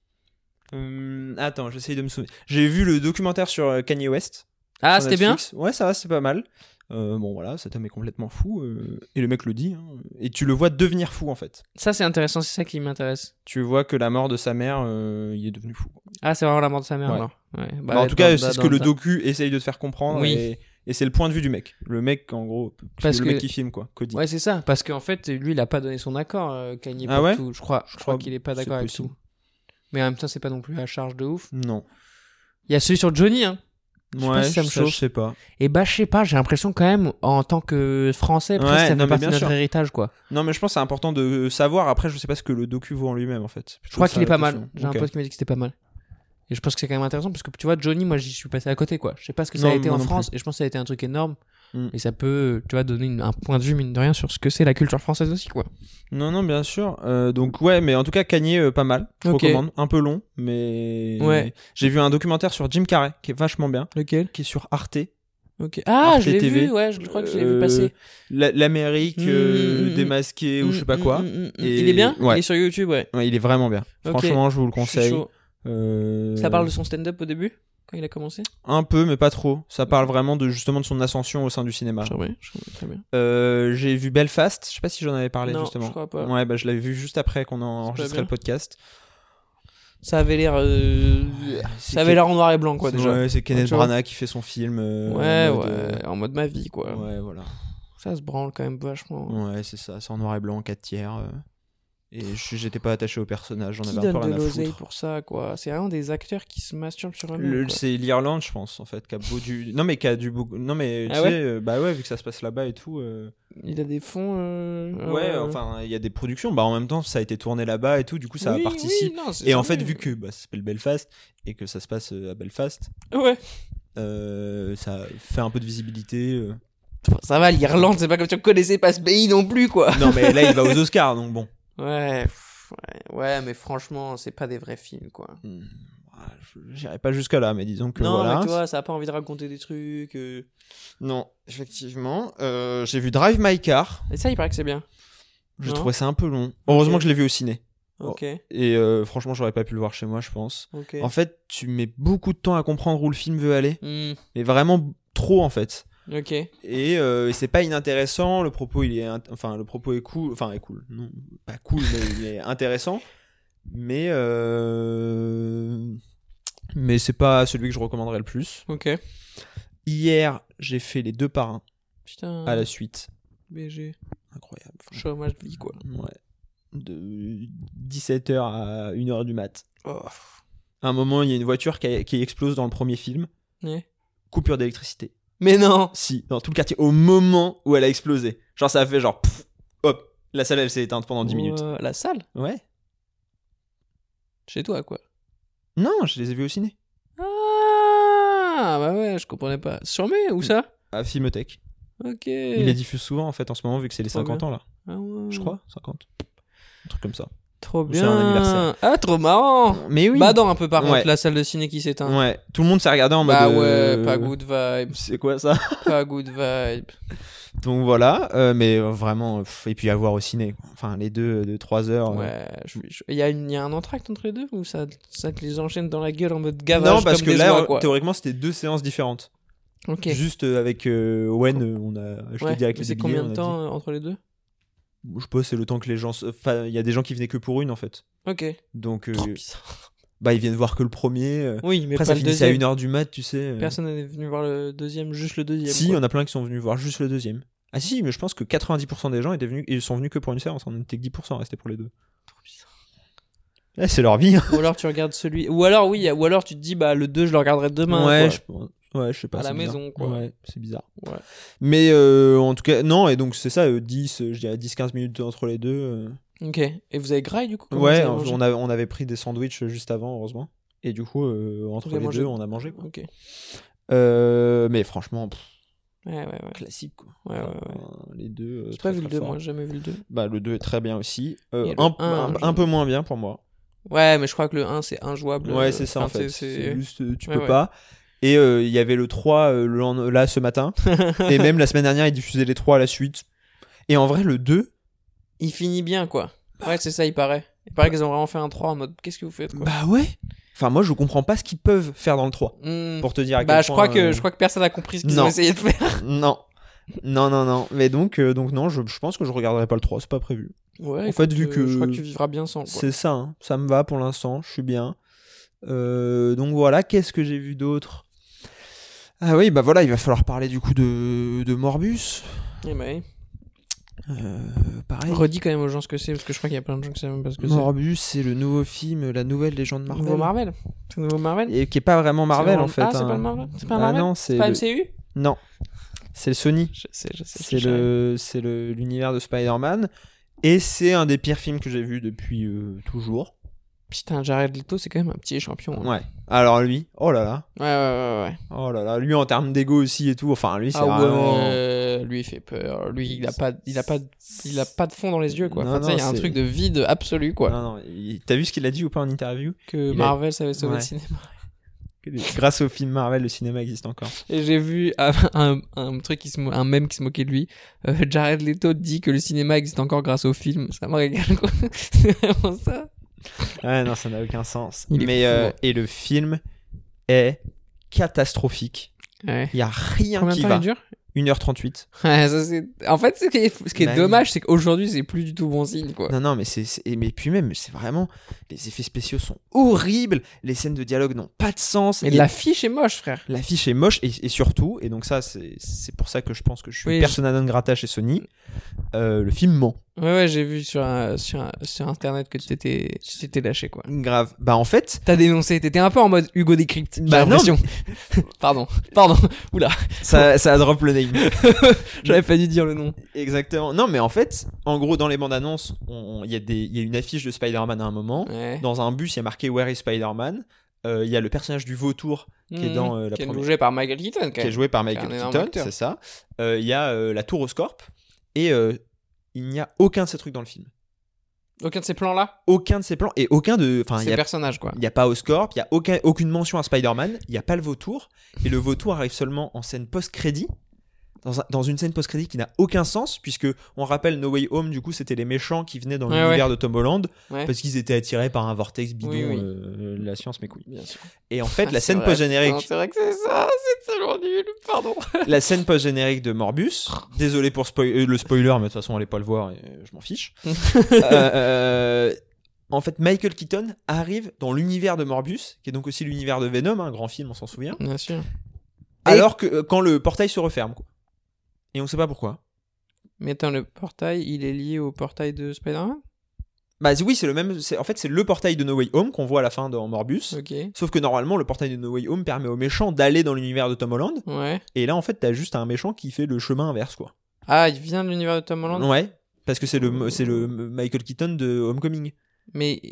Attends, j'essaye de me souvenir. J'ai vu le documentaire sur Kanye West. Ah, sur c'était bien? Netflix. Ouais, ça va, c'est pas mal. Bon, voilà, cet homme est complètement fou. Et le mec le dit. Hein. Et tu le vois devenir fou, en fait. Ça, c'est intéressant, c'est ça qui m'intéresse. Tu vois que la mort de sa mère, il est devenu fou. Ah, c'est vraiment la mort de sa mère, Ouais. alors. Ouais. Bah, en tout cas, c'est ce que le dans- docu essaye de te faire comprendre. Oui. Et c'est le point de vue du mec. Le mec, en gros, Parce le que- mec qui filme, quoi. Cody. Ouais, c'est ça. Parce qu'en fait, lui, il a pas donné son accord, Kanye, Ah pour ouais tout. Je crois crois qu'il est pas c'est d'accord avec possible. tout. Mais en même temps, c'est pas non plus à charge de ouf. Non. Il y a celui sur Johnny, hein. Je sais pas Ouais, si ça me chauffe. je sais pas. Et bah, je sais pas, j'ai l'impression quand même, en tant que Français, presque, Ouais, ça non, fait mais partie de bien notre sûr. héritage, quoi. Non, mais je pense que c'est important de savoir. Après, je sais pas ce que le docu vaut en lui-même, en fait. Je crois qu'il est pas mal. mal. J'ai un pote qui m'a dit que c'était pas mal. Et je pense que c'est quand même intéressant parce que tu vois, Johnny, moi j'y suis passé à côté, quoi. Je sais pas ce que ça a Non, été moi en non France et je pense que ça a été un truc énorme. Mm. Et ça peut, tu vois, donner un point de vue, mine de rien, sur ce que c'est la culture française aussi, quoi. Non, bien sûr. Donc, ouais, mais en tout cas, Kanye, pas mal. Je Ok. recommande. Un peu long, mais. Ouais. J'ai vu un documentaire sur Jim Carrey, qui est vachement bien, Lequel? qui est sur Arte. Ok. Ah, Arte je l'ai TV. vu, ouais, je crois que je l'ai vu passer. L'Amérique démasquée, ou je sais pas quoi. Et- Il est bien? Ouais. Il est sur YouTube, ouais. Ouais, il est vraiment bien. Ok. Franchement, je vous le Je suis conseille. chaud. Ça parle de son stand-up au début? Quand il a commencé? Un peu, mais pas trop. Ça parle vraiment justement de son ascension au sein du cinéma. Très bien, très bien. J'ai vu Belfast. Je sais pas si j'en avais parlé Non, justement. je crois pas. Ouais, bah je l'avais vu juste après qu'on a enregistré bien. le podcast. Ça avait l'air, C'est ça avait l'air en noir et blanc, quoi, déjà. Ouais, c'est Kenneth Tu vois. Branagh qui fait son film. Ouais, en mode, en mode ma vie, quoi. ouais, voilà. Ça se branle quand même vachement. Ouais, c'est ça. C'est en noir et blanc, 4/3. Et j'étais pas attaché au personnage. J'en Qui avais un peu donne de rien à l'oseille foutre. pour ça, quoi? C'est vraiment des acteurs qui se masturbent sur eux-mêmes, quoi. C'est l'Irlande, je pense, en fait, qui a beau du. Non, mais qui a du beau. Non, mais tu Ah sais, bah ouais, vu que ça se passe là-bas et tout. Il a des fonds. Ouais, enfin, il y a des productions. Bah, en même temps, ça a été tourné là-bas et tout. Du coup, ça Oui, participe. oui, non, c'est Et en jamais- fait, vu que bah, ça s'appelle Belfast et que ça se passe à Belfast, Ouais. ça fait un peu de visibilité. Ça va, l'Irlande, c'est pas comme si on connaissait pas ce pays non plus, quoi. Non, mais là, il va aux Oscars, donc bon. Ouais, mais franchement, c'est pas des vrais films, quoi. J'irai pas jusqu'à là, mais disons que Non, voilà. mais tu vois, ça a pas envie de raconter des trucs. Non, effectivement. J'ai vu Drive My Car. Et ça, il paraît que c'est bien. J'ai Non. trouvé ça un peu long. Heureusement Ok. que je l'ai vu au ciné. Ok, Et franchement, j'aurais pas pu le voir chez moi, je pense. ok. En fait, tu mets beaucoup de temps à comprendre où le film veut aller. Hmm, Et vraiment trop, en fait. ok. Et c'est pas inintéressant. Le propos, le propos est cool. Enfin, est cool. Non, pas cool, mais il est intéressant. Mais c'est pas celui que je recommanderais le plus. Ok. Hier, j'ai fait les 2 parrains Putain. à la suite. BG. Incroyable. Chômage de vie, quoi. Ouais. de 17h à 1h du mat. À un moment, il y a une voiture qui explose dans le premier film. Ouais. Coupure d'électricité. Mais non. Si, dans tout le quartier, au moment où elle a explosé. Genre, ça a fait genre, pff, hop, la salle, elle s'est éteinte pendant 10 minutes. La salle? Ouais. Chez toi, quoi. Non, je les ai vus au ciné. Ah, bah ouais, je comprenais pas. Sur mai, où ça? À Filmothèque. Ok. Il les diffuse souvent, en fait, en ce moment, vu que c'est les 50 ans, là. Ah ouais. Je crois, 50. Un truc comme ça. Trop C'est bien. un anniversaire. Ah, trop marrant. Mais oui. Badant un peu, par contre, Ouais. la salle de ciné qui s'éteint. Ouais, tout le monde s'est regardé en mode. Bah ouais, pas good vibe. C'est quoi ça? Pas good vibe. Donc voilà, mais vraiment, et puis à voir au ciné. Enfin, les deux de 3 heures. Ouais, il y a un entracte entre les deux ou ça te les enchaîne dans la gueule en mode gavage Non, parce comme que des là, oies, quoi. théoriquement, c'était 2 séances différentes. Ok. Juste avec Owen, on a acheté Ouais, direct mais les c'est billets. combien on de a temps entre les deux? dit- Je sais pas, c'est le temps que les gens. Enfin, il y a des gens qui venaient que pour une en fait. Ok. Donc, Trop bizarre. bah, ils viennent voir que le premier. Oui, mais Après, pas ça le finissait à deuxième. 1h du mat, tu sais. Personne n'est venu voir le deuxième, juste le deuxième. Si, quoi. on a plein qui sont venus voir juste le deuxième. Ah si, mais je pense que 90% des gens ils sont venus que pour une séance. On était que 10% restés pour les deux. Trop bizarre. Eh, c'est leur vie. Hein. Ou alors tu regardes celui. Ou alors, oui, ou alors tu te dis, bah, le 2, je le regarderai demain. Ouais, quoi. ouais, je sais pas. À la c'est bizarre. maison, quoi. Ouais, c'est bizarre. Ouais. Mais en tout cas, non, et donc c'est ça, 10, je dirais 10-15 minutes entre les deux. Ok. Et vous avez graille du coup? Comment Ouais, vous avez mangé on avait pris des sandwichs juste avant, heureusement. Et du coup, entre Vous avez les mangé deux, on a mangé. Quoi. Ok. Mais franchement, Ouais. classique. Quoi. Ouais. Les deux. J'ai très, pas vu très le 2, forts. moi, j'ai jamais vu le 2. Bah, le 2 est très bien aussi. Et le Un 1, peu moins bien pour moi. Ouais, mais je crois que le 1, c'est injouable. Ouais, c'est ça en Enfin, fait. C'est juste, tu Ouais, peux ouais. pas. Et il y avait le 3 là ce matin. Et même la semaine dernière, ils diffusaient les 3 à la suite. Et en vrai, le 2. Il finit bien, quoi. Ouais, c'est ça, il paraît. Il paraît qu'ils ont vraiment fait un 3 en mode qu'est-ce que vous faites, quoi. Bah ouais. Enfin, moi, je comprends pas ce qu'ils peuvent faire dans le 3. Pour te dire à quel Bah, point, je crois que personne n'a compris ce qu'ils non. ont essayé de faire. Non. Mais donc non, je pense que je regarderai pas le 3, c'est pas prévu. Ouais, En fait, vu que- je crois que tu vivras bien sans, quoi. C'est ça, hein. Ça me va pour l'instant, je suis bien. Donc voilà, qu'est-ce que j'ai vu d'autre? Ah oui, bah voilà, il va falloir parler du coup de Morbus. Eh ben, Pareil. redis quand même aux gens ce que c'est, parce que je crois qu'il y a plein de gens qui savent même pas ce que c'est. Morbus, c'est le nouveau film, la nouvelle légende Marvel. Nouveau Marvel. C'est nouveau Marvel. Et qui est pas vraiment Marvel C'est en fait. Ah, c'est hein. pas le Marvel. C'est pas Ah Marvel. non, c'est pas le- MCU. Non, c'est le Sony. Je sais. C'est l'univers de Spider-Man. Et c'est un des pires films que j'ai vu depuis toujours. Putain, Jared Leto, c'est quand même un petit champion. Hein. Ouais. Alors lui, oh là là. Ouais. Oh là là, lui en termes d'ego aussi et tout. Enfin, lui c'est Ah vraiment. ouais, lui il fait peur. Lui il a pas de fond dans les yeux, quoi. Non, Enfin, tu sais, il y a un c'est- truc de vide absolu, quoi. Non, t'as vu ce qu'il a dit ou pas en interview? Que Il Marvel savait sauver Ouais. le cinéma. Grâce au film Marvel, le cinéma existe encore. Et j'ai vu un truc un mème qui se moquait de lui. Jared Leto dit que le cinéma existe encore grâce au film. Ça me régale, quoi. C'est vraiment ça. Ouais, non, ça n'a aucun sens. Il est Mais fou. et le film est catastrophique. Ouais. Il y a rien Combien de qui temps va. il dure? 1h38. Ouais, ça c'est. En fait, ce qui est Bah, dommage, c'est qu'aujourd'hui, c'est plus du tout bon signe, quoi. Non, mais mais puis même, c'est vraiment, les effets spéciaux sont horribles, les scènes de dialogue n'ont pas de sens. Mais Il y a- l'affiche est moche, frère. L'affiche est moche et surtout, et donc ça, c'est pour ça que je pense que je suis Oui, persona non grata chez Sony, le film ment. Ouais, j'ai vu sur internet que tu t'étais lâché, quoi. Grave. Bah en fait, T'as dénoncé, t'étais un peu en mode Hugo Décrypte. J'ai Bah non, l'impression. Pardon. Oula. ça a drop le name. J'avais pas dû dire le nom. Exactement. Non, mais en fait, en gros, dans les bandes annonces, il y a une affiche de Spider-Man à un moment. Ouais. Dans un bus, il y a marqué Where is Spider-Man. Il y a le personnage du vautour qui est dans la qui est première. joué par Michael Keaton, quand Qui est même. joué par Qui est Michael un énorme Keaton, acteur. c'est ça. Il y a la tour Oscorp et il n'y a aucun de ces trucs dans le film. Aucun de ces plans-là. Aucun de ces plans et aucun de. Enfin, il Ces y a personnages, quoi. Il n'y a pas Oscorp, il n'y a aucune mention à Spider-Man, il n'y a pas le vautour, et le vautour arrive seulement en scène post-crédit, dans une scène post-crédit qui n'a aucun sens, puisque on rappelle No Way Home, du coup c'était les méchants qui venaient dans Ouais, l'univers de Tom Holland, Ouais. parce qu'ils étaient attirés par un vortex bidon, Oui. la science mes couilles. Bien sûr. Et en fait, Ah, la c'est scène vrai, post-générique, putain, c'est vrai que c'est ça, c'est tellement nul, pardon. la scène post-générique de Morbus, désolé pour le spoiler, mais de toute façon allez pas le voir, et je m'en fiche. En fait, Michael Keaton arrive dans l'univers de Morbus, qui est donc aussi l'univers de Venom, un grand film, on s'en souvient. Bien sûr. Alors que quand le portail se referme, quoi. Et on sait pas pourquoi. Mais attends, le portail, il est lié au portail de Spider-Man? Bah oui, c'est le même. En fait, c'est le portail de No Way Home qu'on voit à la fin dans Morbius. Ok. Sauf que normalement, le portail de No Way Home permet aux méchants d'aller dans l'univers de Tom Holland. Ouais. Et là, en fait, t'as juste un méchant qui fait le chemin inverse, quoi. Ah, il vient de l'univers de Tom Holland. Ouais, parce que c'est le Michael Keaton de Homecoming. Mais.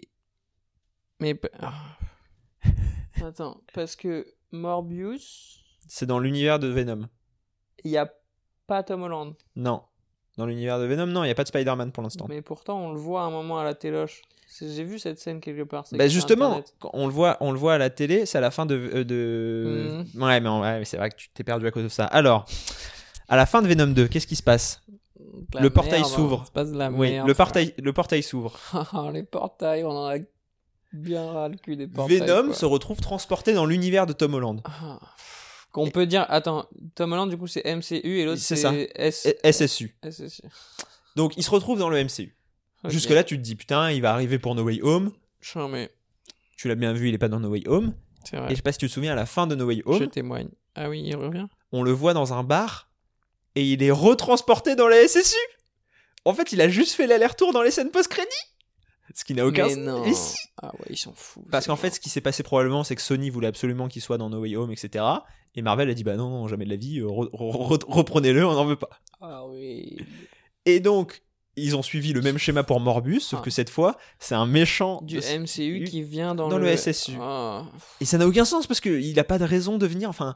Attends, parce que Morbius, C'est dans l'univers de Venom. il y a pas Tom Holland. Non. Dans l'univers de Venom, non, il n'y a pas de Spider-Man pour l'instant. Mais pourtant, on le voit à un moment à la téloche. J'ai vu cette scène quelque part. Bah justement, quand on le voit à la télé, c'est à la fin de... Ouais, mais c'est vrai que tu t'es perdu à cause de ça. Alors, à la fin de Venom 2, qu'est-ce qui se passe ? Le portail s'ouvre. Se passe de la Oui, merde, le portail s'ouvre. Les portails, on en a bien ras le cul des portails. Venom quoi. se retrouve transporté dans l'univers de Tom Holland. Qu'on peut dire... Attends, Tom Holland, du coup, c'est MCU et l'autre, C'est ça. SSU. Donc, il se retrouve dans le MCU. Okay. Jusque-là, tu te dis, putain, il va arriver pour No Way Home. Charmé. Tu l'as bien vu, il est pas dans No Way Home. C'est vrai. Et je sais pas si tu te souviens, à la fin de No Way Home, Je témoigne. Ah oui, il revient. on le voit dans un bar et il est retransporté dans la SSU. En fait, il a juste fait l'aller-retour dans les scènes post-crédit. Ce qui n'a aucun Mais sens. non. Et si. Ah ouais, ils sont fous. Parce qu'en fait, ce qui s'est passé probablement, c'est que Sony voulait absolument qu'il soit dans No Way Home, etc. Et Marvel a dit, bah non, jamais de la vie, reprenez-le, on n'en veut pas. Ah oui. Et donc, ils ont suivi le même schéma pour Morbius, sauf que cette fois, c'est un méchant du MCU qui vient dans le SSU. Et ça n'a aucun sens parce qu'il n'a pas de raison de venir, enfin...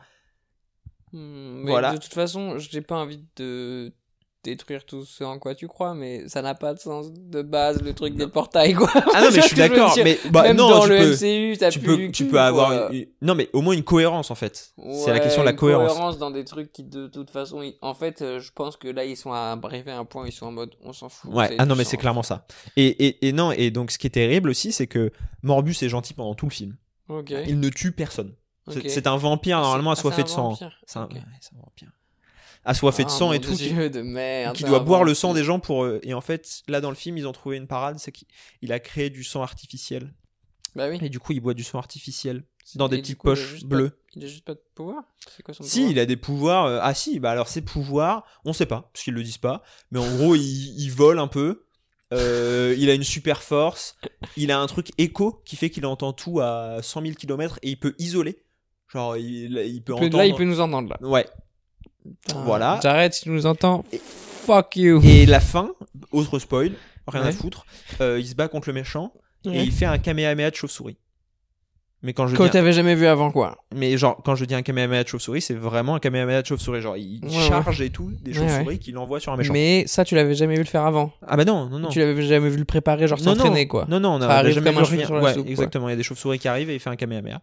Mais voilà. De toute façon, j'ai pas envie de détruire tout ce en quoi tu crois, mais ça n'a pas de sens de base, le truc des portails, quoi. Ah non, mais je suis d'accord, mais même non, dans le MCU, tu peux avoir non, mais au moins une cohérence, en fait. Ouais, c'est la question de la cohérence dans des trucs qui, de toute façon, en fait, je pense que là, ils sont arrivés à un point où ils sont en mode, on s'en fout. Ouais, ah non, mais c'est clairement ça. Et non, et donc, ce qui est terrible aussi, c'est que Morbius est gentil pendant tout le film. Ok. Il ne tue personne. Okay. C'est un vampire, normalement, assoiffé de sang. C'est un vampire. Assoiffé de sang et tout. De merde, qui doit boire le sang des gens pour... Et en fait, là, dans le film, ils ont trouvé une parade, c'est qu'il a créé du sang artificiel. Bah oui. Et du coup, il boit du sang artificiel dans des petites poches bleues. Il a juste pas de pouvoir. C'est quoi son pouvoir ? Si, il a des pouvoirs. Ah si, bah alors ses pouvoirs, on sait pas, parce qu'ils le disent pas. Mais en gros, il vole un peu. Il a une super force. Il a un truc écho qui fait qu'il entend tout à 100 000 km et il peut isoler. Genre, il peut entendre. Là, il peut nous entendre, là. Ouais. Voilà. J'arrête si tu nous entends. Fuck you. Et la fin, autre spoil, rien à foutre. Il se bat contre le méchant et il fait un kamehameha de chauve-souris. Mais quand t'avais jamais vu avant, quoi. Mais genre, quand je dis un kamehameha de chauve-souris, c'est vraiment un kamehameha de chauve-souris. Genre, il charge et tout des chauves-souris qu'il envoie sur un méchant. Mais ça, tu l'avais jamais vu le faire avant. Ah bah non. Tu l'avais jamais vu le préparer, genre s'entraîner, quoi. Non, on a jamais vu rien. Ouais, exactement. Il y a des chauves-souris qui arrivent et il fait un kamehameha.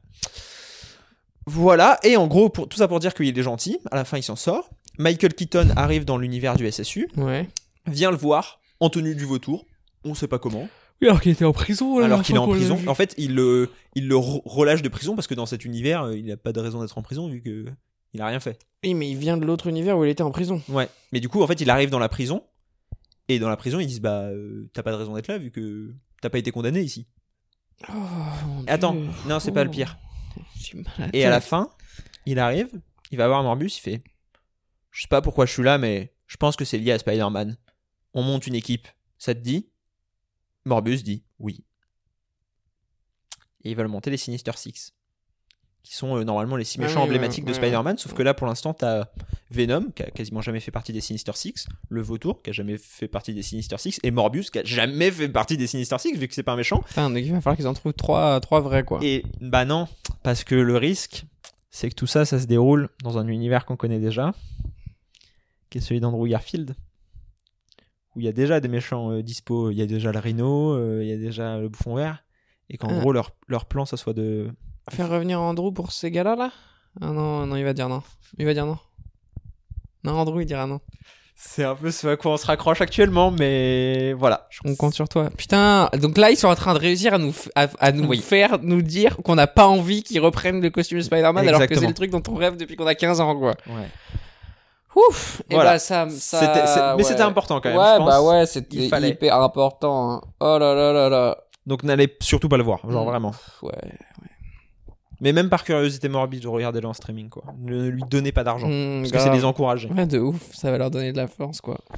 Voilà, et en gros, tout ça pour dire qu'il est gentil, à la fin il s'en sort. Michael Keaton arrive dans l'univers du SSU, vient le voir, en tenue du vautour, on sait pas comment. Oui, alors qu'il était en prison. Alors qu'il est en prison. En fait, il le relâche de prison parce que dans cet univers, il n'a pas de raison d'être en prison vu que il a rien fait. Oui, mais il vient de l'autre univers où il était en prison. Ouais, mais du coup, en fait, il arrive dans la prison, et dans la prison, ils disent, bah, t'as pas de raison d'être là vu que t'as pas été condamné ici. Oh, mon Attends, Dieu. non, c'est pas le pire. J'ai mal à la Et à la tête. fin, il arrive, il va voir Morbius, il fait je sais pas pourquoi je suis là, mais je pense que c'est lié à Spider-Man. On monte une équipe, ça te dit ? Morbius dit oui. Et ils veulent monter les Sinister Six, qui sont normalement les 6 méchants emblématiques de Spider-Man, sauf que là pour l'instant t'as Venom, qui a quasiment jamais fait partie des Sinister Six, le Vautour, qui a jamais fait partie des Sinister Six, et Morbius, qui a jamais fait partie des Sinister Six, vu que c'est pas un méchant. Putain, donc il va falloir qu'ils en trouvent trois vrais, quoi. Et bah non, parce que le risque, c'est que tout ça se déroule dans un univers qu'on connaît déjà, qui est celui d'Andrew Garfield, où il y a déjà des méchants dispo, il y a déjà le Rhino, il y a déjà le Bouffon Vert, et qu'en gros leur plan ça soit de... Faire revenir Andrew pour ces gars-là, là ? Ah non, il va dire non. Il va dire non. Non, Andrew, il dira non. C'est un peu ce à quoi on se raccroche actuellement, mais voilà. On compte sur toi. Putain, donc là, ils sont en train de réussir à nous faire nous dire qu'on n'a pas envie qu'ils reprennent le costume de Spider-Man, alors que c'est le truc dont on rêve depuis qu'on a 15 ans, quoi. Ouais. Ouf. Voilà. Et bah ça mais c'était important quand même, ouais, je pense. Bah ouais, c'était hyper important. Hein. Oh là là là là. Donc n'allez surtout pas le voir, genre vraiment. Ouais. Mais même par curiosité morbide, regardez-le en streaming, quoi. Ne lui donnez pas d'argent, parce que grave. c'est les encourager. Ouais, de ouf, ça va leur donner de la force, quoi.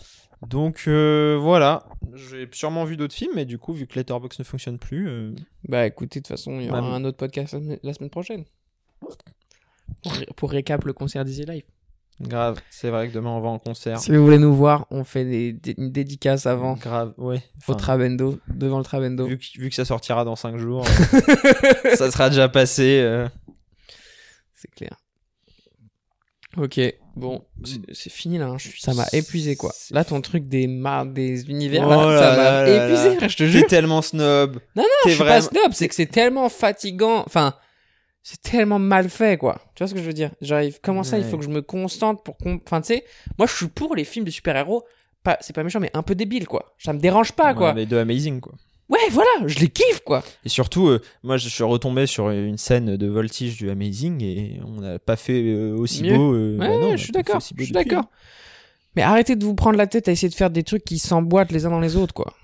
Donc voilà, j'ai sûrement vu d'autres films, mais du coup, vu que Letterboxd ne fonctionne plus... Bah écoutez, de toute façon, il y aura un autre podcast la semaine prochaine. Pour récap le concert d'Easy Life. Grave, c'est vrai que demain on va en concert. Si vous voulez nous voir, on fait une dédicace avant. Grave, ouais. Au Trabendo, devant le Trabendo. Vu que ça sortira dans 5 jours, ça sera déjà passé. C'est clair. Ok, bon, c'est fini là, ça m'a épuisé quoi. Là, ton truc des univers, ça m'a épuisé, frère, je te jure. T'es tellement snob. Non, je suis pas snob, c'est que c'est tellement fatigant, enfin, c'est tellement mal fait quoi. Tu vois ce que je veux dire? J'arrive, comment ça, il faut que je me concentre pour enfin, tu sais, moi je suis pour les films de super-héros, c'est pas méchant, mais un peu débile quoi. Ça me dérange pas quoi. Mais de Amazing quoi. Ouais, voilà, je les kiffe quoi. Et surtout, moi je suis retombé sur une scène de voltige du Amazing et on n'a pas fait aussi mieux. beau. Ouais, non, je suis d'accord. Je suis d'accord. Mais arrêtez de vous prendre la tête à essayer de faire des trucs qui s'emboîtent les uns dans les autres quoi.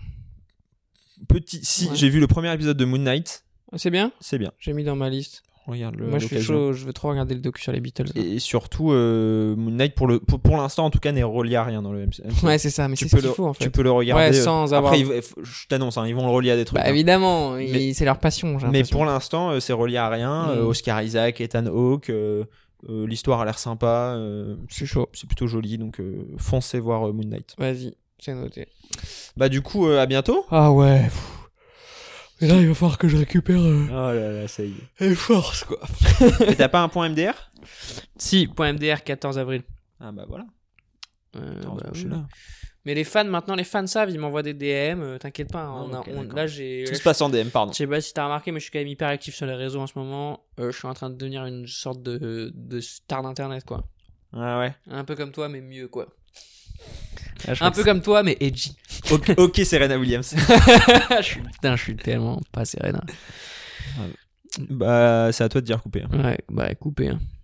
J'ai vu le premier épisode de Moon Knight. C'est bien. C'est bien. J'ai mis dans ma liste. Regarde moi je suis chaud, je veux trop regarder le docu sur les Beatles. Et surtout Moon Knight pour l'instant en tout cas n'est relié à rien dans le MCU. Ouais, c'est ça, mais c'est ce qu'il faut en fait. Tu peux le regarder sans avoir. Après je t'annonce ils vont le relier à des trucs. Bah évidemment, c'est leur passion, mais pour l'instant c'est relié à rien. Oscar Isaac, Ethan Hawke, l'histoire a l'air sympa, c'est chaud. C'est plutôt joli donc foncez voir Moon Knight. Vas-y, c'est noté. Bah du coup à bientôt. Ah ouais. Et là, il va falloir que je récupère. Oh là là, ça y est. Les forces, quoi. Et t'as pas un point MDR? Si, point MDR 14 avril. Ah bah voilà. Je suis là. Mais les fans, maintenant, les fans savent, ils m'envoient des DM. T'inquiète pas. Là, j'ai. Tout se passe en DM, pardon. Je sais pas si t'as remarqué, mais je suis quand même hyper actif sur les réseaux en ce moment. Je suis en train de devenir une sorte de star d'internet, quoi. Ah ouais. Un peu comme toi, mais mieux, quoi. Un peu comme toi, mais edgy. Ok, Serena Williams. je suis tellement pas Serena. Bah, c'est à toi de dire couper. Ouais, bah couper.